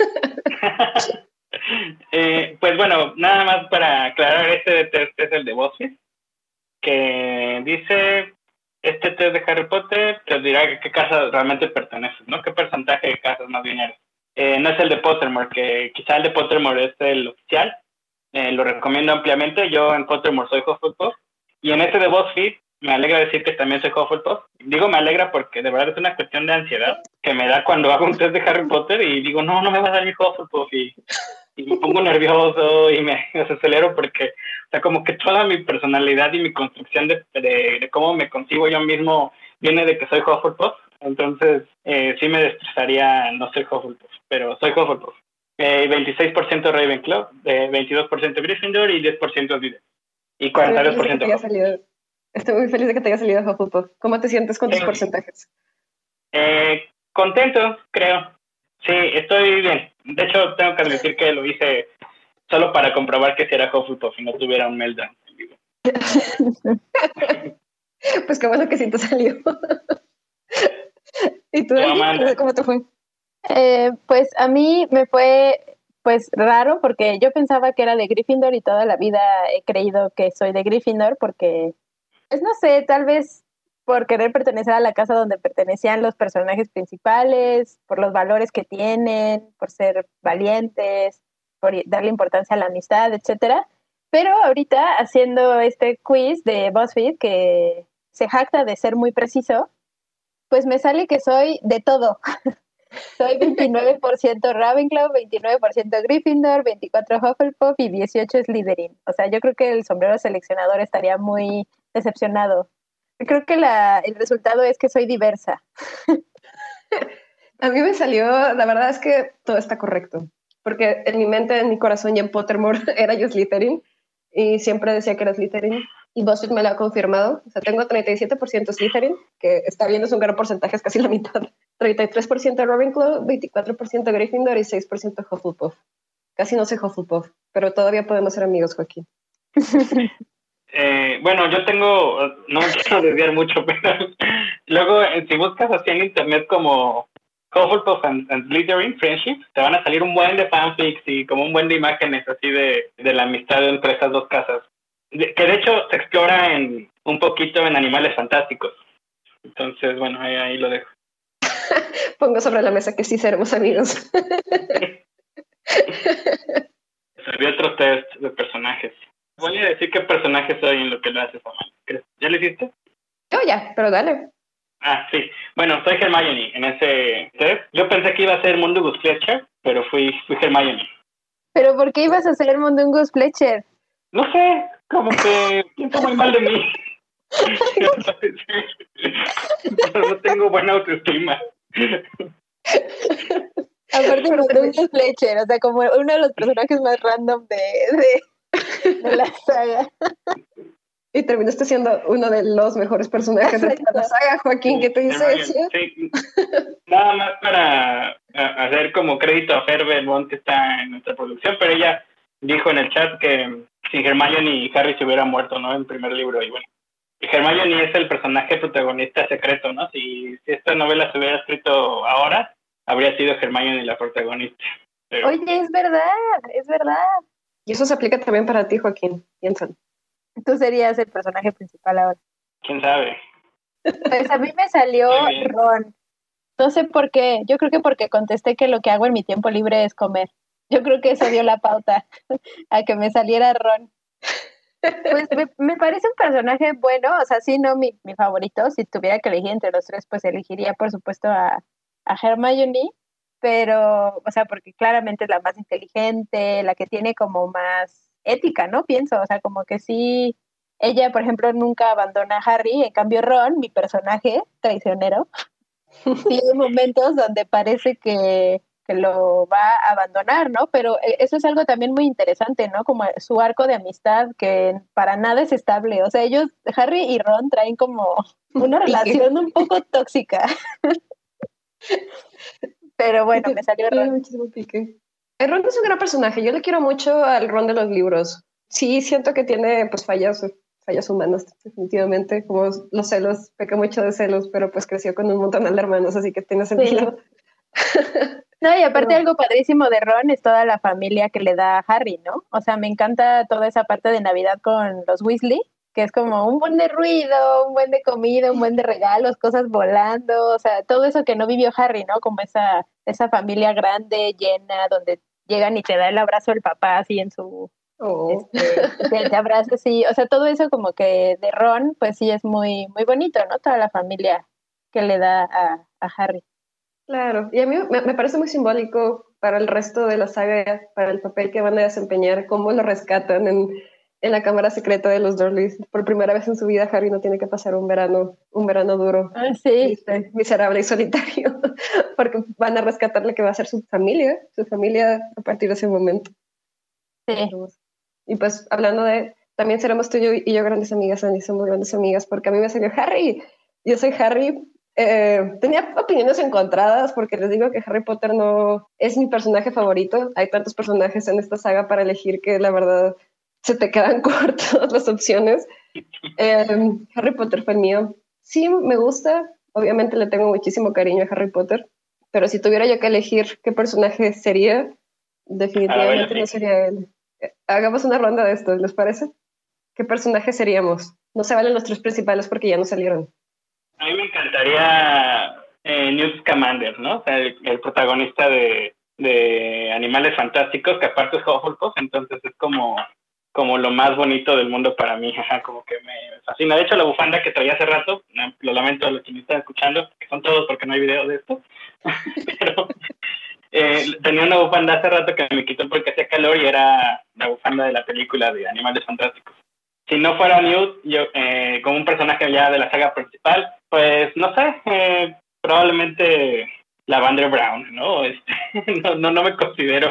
Speaker 4: Pues bueno, nada más para aclarar, este test es el de BuzzFeed, que dice, este test de Harry Potter te dirá a qué casa realmente perteneces, ¿no? ¿Qué porcentaje de casas más bien eres? No es el de Pottermore, que quizá el de Pottermore es el oficial. Lo recomiendo ampliamente. Yo en Pottermore soy Hufflepuff, y en este de BuzzFeed me alegra decir que también soy Hufflepuff. Digo me alegra porque de verdad es una cuestión de ansiedad que me da cuando hago un test de Harry Potter y digo, no me va a salir Hufflepuff, y me pongo nervioso y me acelero porque, o sea, como que toda mi personalidad y mi construcción de cómo me concibo yo mismo viene de que soy Hufflepuff. Entonces, sí me estresaría no ser Hufflepuff, pero soy Hufflepuff. 26% Ravenclaw, 22% Gryffindor y 10% Slytherin. Y 42% Hufflepuff.
Speaker 3: Estoy muy feliz de que te haya salido Hufflepuff. ¿Cómo te sientes con tus porcentajes?
Speaker 4: Contento, creo. Sí, estoy bien. De hecho, tengo que admitir que lo hice solo para comprobar que si era Hufflepuff y no tuviera un meltdown en vivo.
Speaker 3: Pues qué bueno que sí te salió. ¿Y tú, Angie, cómo te fue?
Speaker 5: Pues a mí me fue pues raro, porque yo pensaba que era de Gryffindor y toda la vida he creído que soy de Gryffindor porque, pues no sé, tal vez por querer pertenecer a la casa donde pertenecían los personajes principales, por los valores que tienen, por ser valientes, por darle importancia a la amistad, etcétera. Pero ahorita haciendo este quiz de BuzzFeed, que se jacta de ser muy preciso, pues me sale que soy de todo. Soy 29% Ravenclaw, 29% Gryffindor, 24% Hufflepuff y 18% Slytherin. O sea, yo creo que el sombrero seleccionador estaría muy decepcionado. Creo que el resultado es que soy diversa.
Speaker 3: A mí me salió, la verdad es que todo está correcto, porque en mi mente, en mi corazón y en Pottermore era yo Slytherin, y siempre decía que era Slytherin, y BuzzFeed me lo ha confirmado. O sea, tengo 37% Slytherin, que está bien, es un gran porcentaje, es casi la mitad. 33% Ravenclaw, 24% Gryffindor y 6% Hufflepuff. Casi no sé Hufflepuff, pero todavía podemos ser amigos, Joaquín.
Speaker 4: Bueno, yo tengo, no me quiero desviar mucho, pero luego si buscas así en internet como Hufflepuff and Slytherin Friendship, te van a salir un buen de fanfics y como un buen de imágenes así de la amistad entre estas dos casas, que de hecho se explora un poquito en Animales Fantásticos. Entonces, bueno, ahí lo dejo.
Speaker 3: Pongo sobre la mesa que sí seremos amigos.
Speaker 4: Serví otro test de personajes. Voy a decir qué personaje soy en lo que lo haces, Amanda. ¿Ya lo hiciste?
Speaker 3: Yo ya, pero dale.
Speaker 4: Ah, sí. Bueno, soy Hermione en ese test. Yo pensé que iba a ser Mundungus Fletcher, pero fui Hermione.
Speaker 5: ¿Pero por qué ibas a ser Mundungus Fletcher?
Speaker 4: No sé, como que siento muy mal de mí. No tengo buena autoestima.
Speaker 5: Aparte Mundungus Fletcher, o sea, como uno de los personajes más random de la saga.
Speaker 3: Y terminaste siendo uno de los mejores personajes de la saga, Joaquín. ¿Qué te dice eso?
Speaker 4: Sí. Nada más para hacer como crédito a Fer Belmont, que está en nuestra producción, pero ella dijo en el chat que si Hermione y Harry se hubieran muerto, ¿no? En el primer libro, y bueno. Y Hermione es el personaje protagonista secreto, ¿no? Si esta novela se hubiera escrito ahora, habría sido Hermione la protagonista. Pero...
Speaker 5: Oye, es verdad.
Speaker 3: Y eso se aplica también para ti, Joaquín. Piénsalo.
Speaker 5: Tú serías el personaje principal ahora.
Speaker 4: ¿Quién sabe?
Speaker 5: Pues a mí me salió Ron. No sé por qué. Yo creo que porque contesté que lo que hago en mi tiempo libre es comer. Yo creo que eso dio la pauta a que me saliera Ron. Pues me parece un personaje bueno, o sea, sí, no mi favorito. Si tuviera que elegir entre los tres, pues elegiría, por supuesto, a Hermione, pero, o sea, porque claramente es la más inteligente, la que tiene como más ética, ¿no? Pienso, o sea, como que sí, ella, por ejemplo, nunca abandona a Harry, en cambio Ron, mi personaje traicionero, sí hay momentos donde parece que lo va a abandonar, ¿no? Pero eso es algo también muy interesante, ¿no? Como su arco de amistad que para nada es estable, o sea, ellos, Harry y Ron traen como una relación un poco tóxica. Pero bueno, me salió Ron.
Speaker 3: Ron es un gran personaje, yo le quiero mucho al Ron de los libros. Sí, siento que tiene pues fallas humanas, definitivamente, como los celos, peca mucho de celos, pero pues creció con un montón de hermanos, así que tiene sentido.
Speaker 5: Sí. No, y aparte algo padrísimo de Ron es toda la familia que le da a Harry, ¿no? O sea, me encanta toda esa parte de Navidad con los Weasley, que es como un buen de ruido, un buen de comida, un buen de regalos, cosas volando, o sea, todo eso que no vivió Harry, ¿no? Como esa familia grande, llena, donde llegan y te da el abrazo del papá así en su... te abraza así, o sea, todo eso como que de Ron, pues sí es muy, muy bonito, ¿no? Toda la familia que le da a Harry.
Speaker 3: Claro, y a mí me parece muy simbólico para el resto de la saga, para el papel que van a desempeñar, cómo lo rescatan en la cámara secreta de los Dursley. Por primera vez en su vida, Harry no tiene que pasar un verano duro,
Speaker 5: sí.
Speaker 3: Miserable y solitario, porque van a rescatarle que va a ser su familia a partir de ese momento.
Speaker 5: Sí.
Speaker 3: Y pues hablando de, también seremos tú y yo grandes amigas, Andy, somos grandes amigas, porque a mí me salió Harry. Yo soy Harry. Tenía opiniones encontradas porque les digo que Harry Potter no es mi personaje favorito. Hay tantos personajes en esta saga para elegir que la verdad se te quedan cortas las opciones. Harry Potter fue el mío. Sí, me gusta. Obviamente le tengo muchísimo cariño a Harry Potter, pero si tuviera yo que elegir qué personaje sería, definitivamente no sería él. Hagamos una ronda de esto, ¿les parece? ¿Qué personaje seríamos? No se valen los tres principales porque ya no salieron.
Speaker 4: A mí me encantaría Newt Scamander, ¿no? O sea, el protagonista de Animales Fantásticos, que aparte es Hufflepuff, entonces es como lo más bonito del mundo para mí, como que me fascina. De hecho, la bufanda que traía hace rato, lo lamento a los que me están escuchando, que son todos porque no hay video de esto, pero tenía una bufanda hace rato que me quitó porque hacía calor y era la bufanda de la película de Animales Fantásticos. Si no fuera Newt, yo como un personaje ya de la saga principal, pues no sé, probablemente Lavender Brown, ¿no? No me considero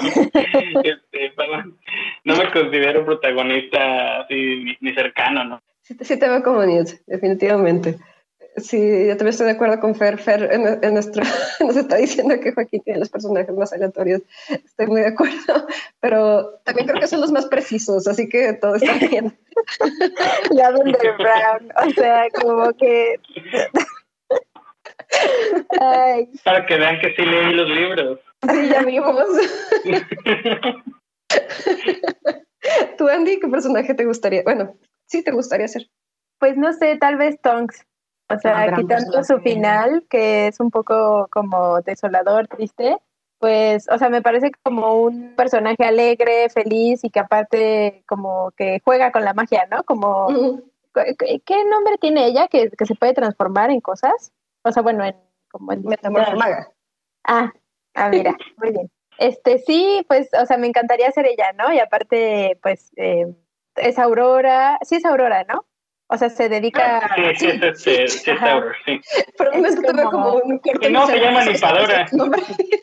Speaker 4: no me considero protagonista así ni cercano, ¿no?
Speaker 3: Sí te veo como Newt, definitivamente. Sí, yo también estoy de acuerdo con Fer. Fer nos está diciendo que Joaquín tiene los personajes más aleatorios. Estoy muy de acuerdo, pero también creo que son los más precisos, así que todo está bien.
Speaker 5: Lavender Brown, o sea, como que... Ay.
Speaker 4: Para que vean que sí leí los libros.
Speaker 3: Sí, ya vimos. ¿Tú, Andy, qué personaje te gustaría? Bueno, sí te gustaría ser.
Speaker 5: Pues no sé, tal vez Tonks. O sea,
Speaker 3: Gran
Speaker 5: quitando su
Speaker 3: personaje.
Speaker 5: final, que es un poco como desolador, triste, pues, o sea, me parece como un personaje alegre, feliz y que aparte como que juega con la magia, ¿no? Como,
Speaker 3: Ujú.
Speaker 5: ¿qué nombre tiene ella que se puede transformar en cosas? O sea, bueno, en como en distintas...
Speaker 3: Metamorfomaga.
Speaker 5: Ah, mira, muy bien. Sí, pues, o sea, me encantaría ser ella, ¿no? Y aparte, pues, es Aurora, sí es Aurora, ¿no? O sea, se dedica,
Speaker 4: Sí, sí es
Speaker 3: Sí, sí.
Speaker 4: sí es
Speaker 5: ajá,
Speaker 4: Auror, sí.
Speaker 3: Por un
Speaker 5: es
Speaker 3: momento tuve como
Speaker 5: como,
Speaker 3: un corte
Speaker 4: Que
Speaker 3: en mi
Speaker 4: no se
Speaker 3: cerebro.
Speaker 4: llama
Speaker 3: ¿Ese
Speaker 4: Nimfadora.
Speaker 3: es tu nombre?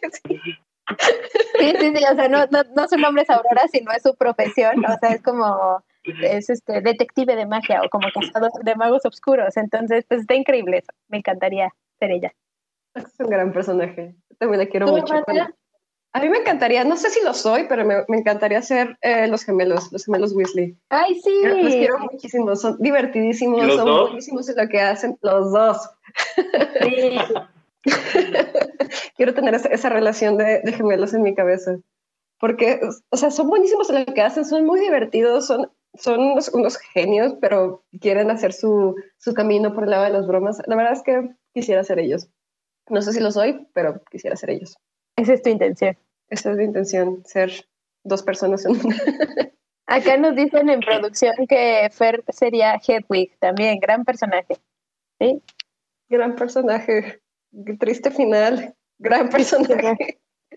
Speaker 5: sí, o sea, no su nombre es Aurora, sino es su profesión, o sea, es como, es detective de magia o como cazador de magos oscuros, entonces, pues está increíble eso, me encantaría ser ella.
Speaker 3: Es un gran personaje. También la quiero
Speaker 5: ¿Tú,
Speaker 3: mucho.
Speaker 5: Amanda?
Speaker 3: A mí me encantaría, no sé si lo soy, pero me encantaría ser los gemelos Weasley.
Speaker 5: ¡Ay,
Speaker 3: Los
Speaker 5: sí!
Speaker 3: quiero muchísimo, son divertidísimos,
Speaker 4: Los
Speaker 3: son
Speaker 4: dos.
Speaker 3: buenísimos en lo que hacen, los dos.
Speaker 5: Sí,
Speaker 3: Quiero tener esa relación de gemelos en mi cabeza, porque, o sea, son buenísimos en lo que hacen, son muy divertidos, son unos genios, pero quieren hacer su camino por el lado de las bromas. La verdad es que quisiera ser ellos. No sé si lo soy, pero quisiera ser ellos.
Speaker 5: esa es tu intención.
Speaker 3: Esa es mi intención, ser dos personas en una.
Speaker 5: Acá nos dicen en producción que Fer sería Hedwig, también, gran personaje. ¿Sí?
Speaker 3: Gran personaje, triste final, gran personaje.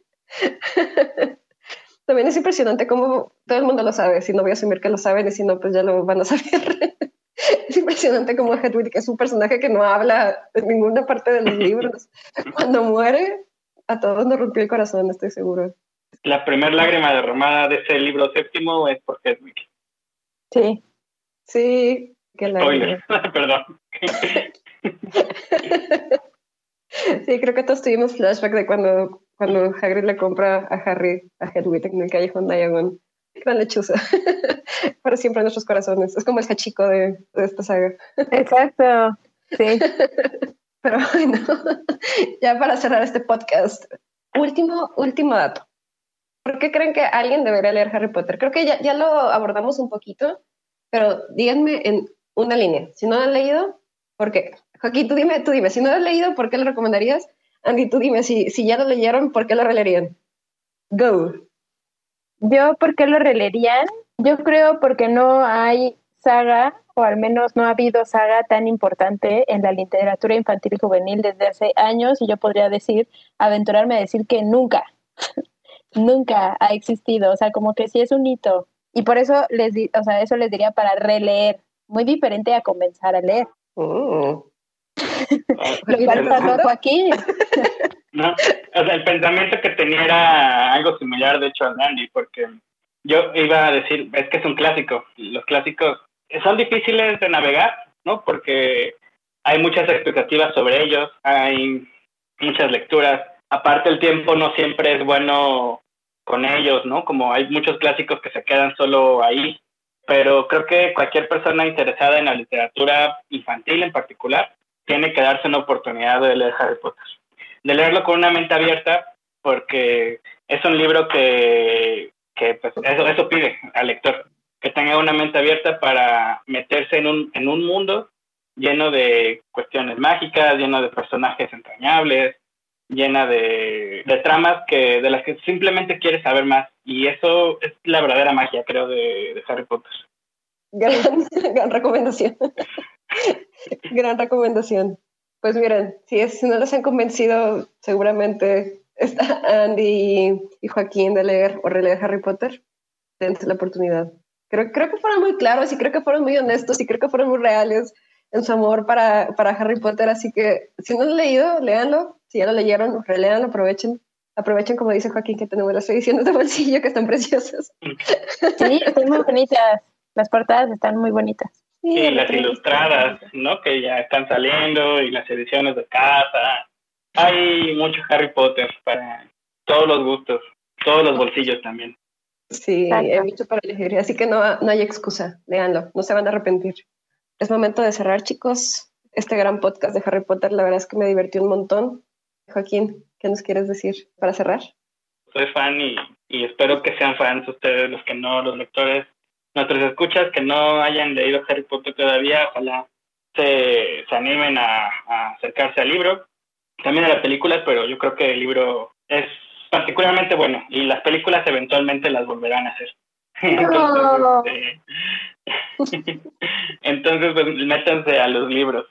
Speaker 3: También es impresionante cómo todo el mundo lo sabe, si no voy a asumir que lo saben y si no, pues ya lo van a saber. Es impresionante cómo Hedwig, que es un personaje que no habla en ninguna parte de los libros, cuando muere, a todos nos rompió el corazón, estoy seguro.
Speaker 4: La primera lágrima derramada de ese libro séptimo es por Hedwig.
Speaker 5: Sí.
Speaker 3: Sí, qué lágrima.
Speaker 4: Spoiler, perdón.
Speaker 3: Sí, creo que todos tuvimos flashback de cuando Hagrid le compra a Harry, a Hedwig en el Callejón Diagon. Gran lechuza. Para siempre en nuestros corazones. Es como el Hachiko de esta saga.
Speaker 5: Exacto, sí.
Speaker 3: Pero bueno, ya para cerrar este podcast, último dato. ¿Por qué creen que alguien debería leer Harry Potter? Creo que ya lo abordamos un poquito, pero díganme en una línea. Si no lo han leído, ¿por qué? Joaquín, tú dime, si no lo han leído, ¿por qué lo recomendarías? Andy, tú dime, si ya lo leyeron, ¿por qué lo releerían? Go.
Speaker 5: Yo, ¿por qué lo releerían? Yo creo porque no hay saga, o al menos no ha habido saga tan importante en la literatura infantil y juvenil desde hace años, y yo podría decir, aventurarme a decir que nunca, nunca ha existido, o sea, como que sí es un hito. Y por eso o sea, eso les diría para releer, muy diferente a comenzar a leer.
Speaker 3: Mm.
Speaker 5: Lo
Speaker 3: Joaquín,
Speaker 5: cual
Speaker 3: ¿estás
Speaker 5: pasó a
Speaker 3: viendo?
Speaker 5: Joaquín.
Speaker 4: No, o sea, el pensamiento que tenía era algo similar, de hecho, al Andy, porque yo iba a decir, es que es un clásico. Los clásicos son difíciles de navegar, ¿no? Porque hay muchas expectativas sobre ellos, hay muchas lecturas. Aparte, el tiempo no siempre es bueno con ellos, ¿no? Como hay muchos clásicos que se quedan solo ahí. Pero creo que cualquier persona interesada en la literatura infantil en particular tiene que darse una oportunidad de leer Harry Potter, de leerlo con una mente abierta, porque es un libro que pues, eso pide al lector, que tenga una mente abierta para meterse en un mundo lleno de cuestiones mágicas, lleno de personajes entrañables, llena de tramas de las que simplemente quieres saber más, y eso es la verdadera magia, creo, de Harry Potter.
Speaker 3: Gran recomendación. Gran recomendación. Pues miren, si no les han convencido, seguramente está Andy y Joaquín de leer o releer Harry Potter, dense la oportunidad. Creo que fueron muy claros y creo que fueron muy honestos y creo que fueron muy reales en su amor para Harry Potter, así que si no lo han leído, léanlo. Si ya lo leyeron, reléanlo, aprovechen. Aprovechen, como dice Joaquín, que tenemos las ediciones de bolsillo que están preciosas.
Speaker 5: Sí, están muy bonitas. Las portadas están muy bonitas.
Speaker 3: Sí,
Speaker 4: Y
Speaker 3: el
Speaker 4: las
Speaker 3: otro día
Speaker 4: ilustradas, ¿no? Que ya están saliendo, y las ediciones de casa. Hay mucho Harry Potter para todos los gustos, todos los bolsillos también.
Speaker 3: sí, hay
Speaker 5: Exacto.
Speaker 3: mucho para elegir, así que no hay excusa, léanlo, no se van a arrepentir. Es momento de cerrar, chicos, este gran podcast de Harry Potter. La verdad es que me divertí un montón. Joaquín, ¿qué nos quieres decir para cerrar?
Speaker 4: Soy fan y espero que sean fans ustedes, los que no, los lectores, nuestros escuchas que no hayan leído Harry Potter todavía. Ojalá se animen a acercarse al libro, también a las películas, pero yo creo que el libro es particularmente bueno y las películas eventualmente las volverán a hacer. Entonces pues métanse a los libros.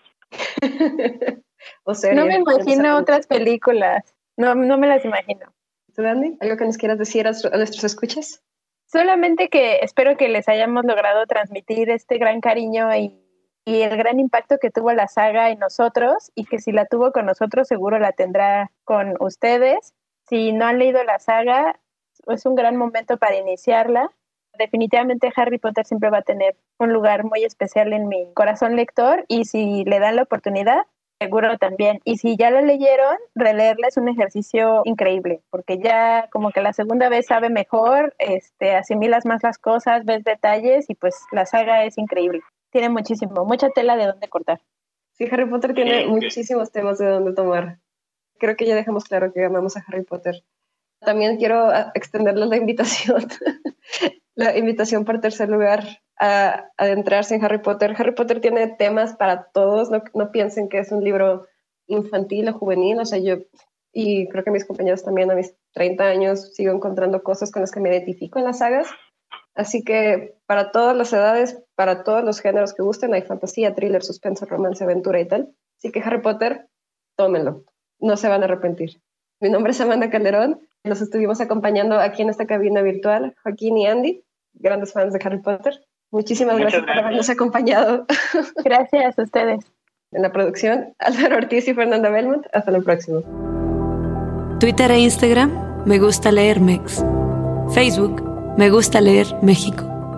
Speaker 3: O sea,
Speaker 5: no me imagino otras películas, no me las imagino.
Speaker 3: ¿Tú, Andy? ¿Algo que nos quieras decir a nuestros escuchas?
Speaker 5: Solamente que espero que les hayamos logrado transmitir este gran cariño y el gran impacto que tuvo la saga en nosotros, y que si la tuvo con nosotros seguro la tendrá con ustedes. Si no han leído la saga, es un gran momento para iniciarla. Definitivamente Harry Potter siempre va a tener un lugar muy especial en mi corazón lector, y si le dan la oportunidad, seguro también. Y si ya la leyeron, releerla es un ejercicio increíble, porque ya como que la segunda vez sabe mejor, asimilas más las cosas, ves detalles, y pues la saga es increíble. Tiene mucha tela de dónde cortar.
Speaker 3: Sí, Harry Potter tiene muchísimos temas de dónde tomar. Creo que ya dejamos claro que amamos a Harry Potter. También quiero extenderles la invitación, la invitación por tercer lugar a adentrarse en Harry Potter. Harry Potter tiene temas para todos, no piensen que es un libro infantil o juvenil. O sea, yo, y creo que mis compañeros también a mis 30 años sigo encontrando cosas con las que me identifico en las sagas. Así que para todas las edades, para todos los géneros que gusten, hay fantasía, thriller, suspenso, romance, aventura y tal. Así que Harry Potter, tómenlo, no se van a arrepentir. Mi nombre es Amanda Calderón, los estuvimos acompañando aquí en esta cabina virtual, Joaquín y Andy, grandes fans de Harry Potter. Muchísimas gracias por habernos acompañado.
Speaker 5: Gracias a ustedes.
Speaker 3: En la producción, Álvaro Ortiz y Fernanda Belmont. Hasta la próxima.
Speaker 2: Twitter e Instagram, me gusta leer Mex. Facebook, me gusta leer México.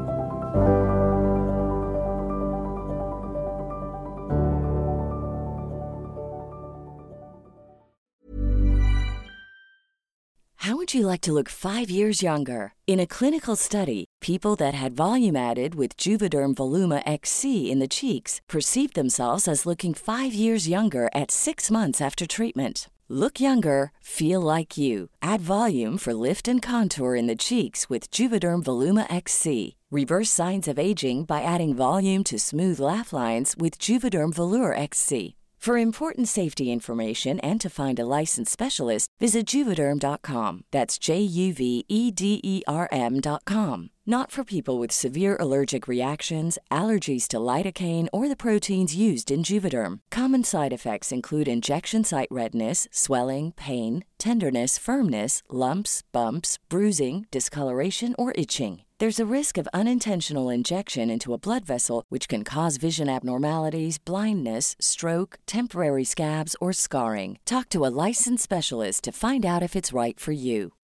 Speaker 6: How would you like to look 5 years younger? In a clinical study, people that had volume added with Juvederm Voluma XC in the cheeks perceived themselves as looking 5 years younger at 6 months after treatment. Look younger, feel like you. Add volume for lift and contour in the cheeks with Juvederm Voluma XC. Reverse signs of aging by adding volume to smooth laugh lines with Juvederm Volure XC. For important safety information and to find a licensed specialist, visit Juvederm.com. That's JUVEDERM.com. Not for people with severe allergic reactions, allergies to lidocaine, or the proteins used in Juvederm. Common side effects include injection site redness, swelling, pain, tenderness, firmness, lumps, bumps, bruising, discoloration, or itching. There's a risk of unintentional injection into a blood vessel, which can cause vision abnormalities, blindness, stroke, temporary scabs, or scarring. Talk to a licensed specialist to find out if it's right for you.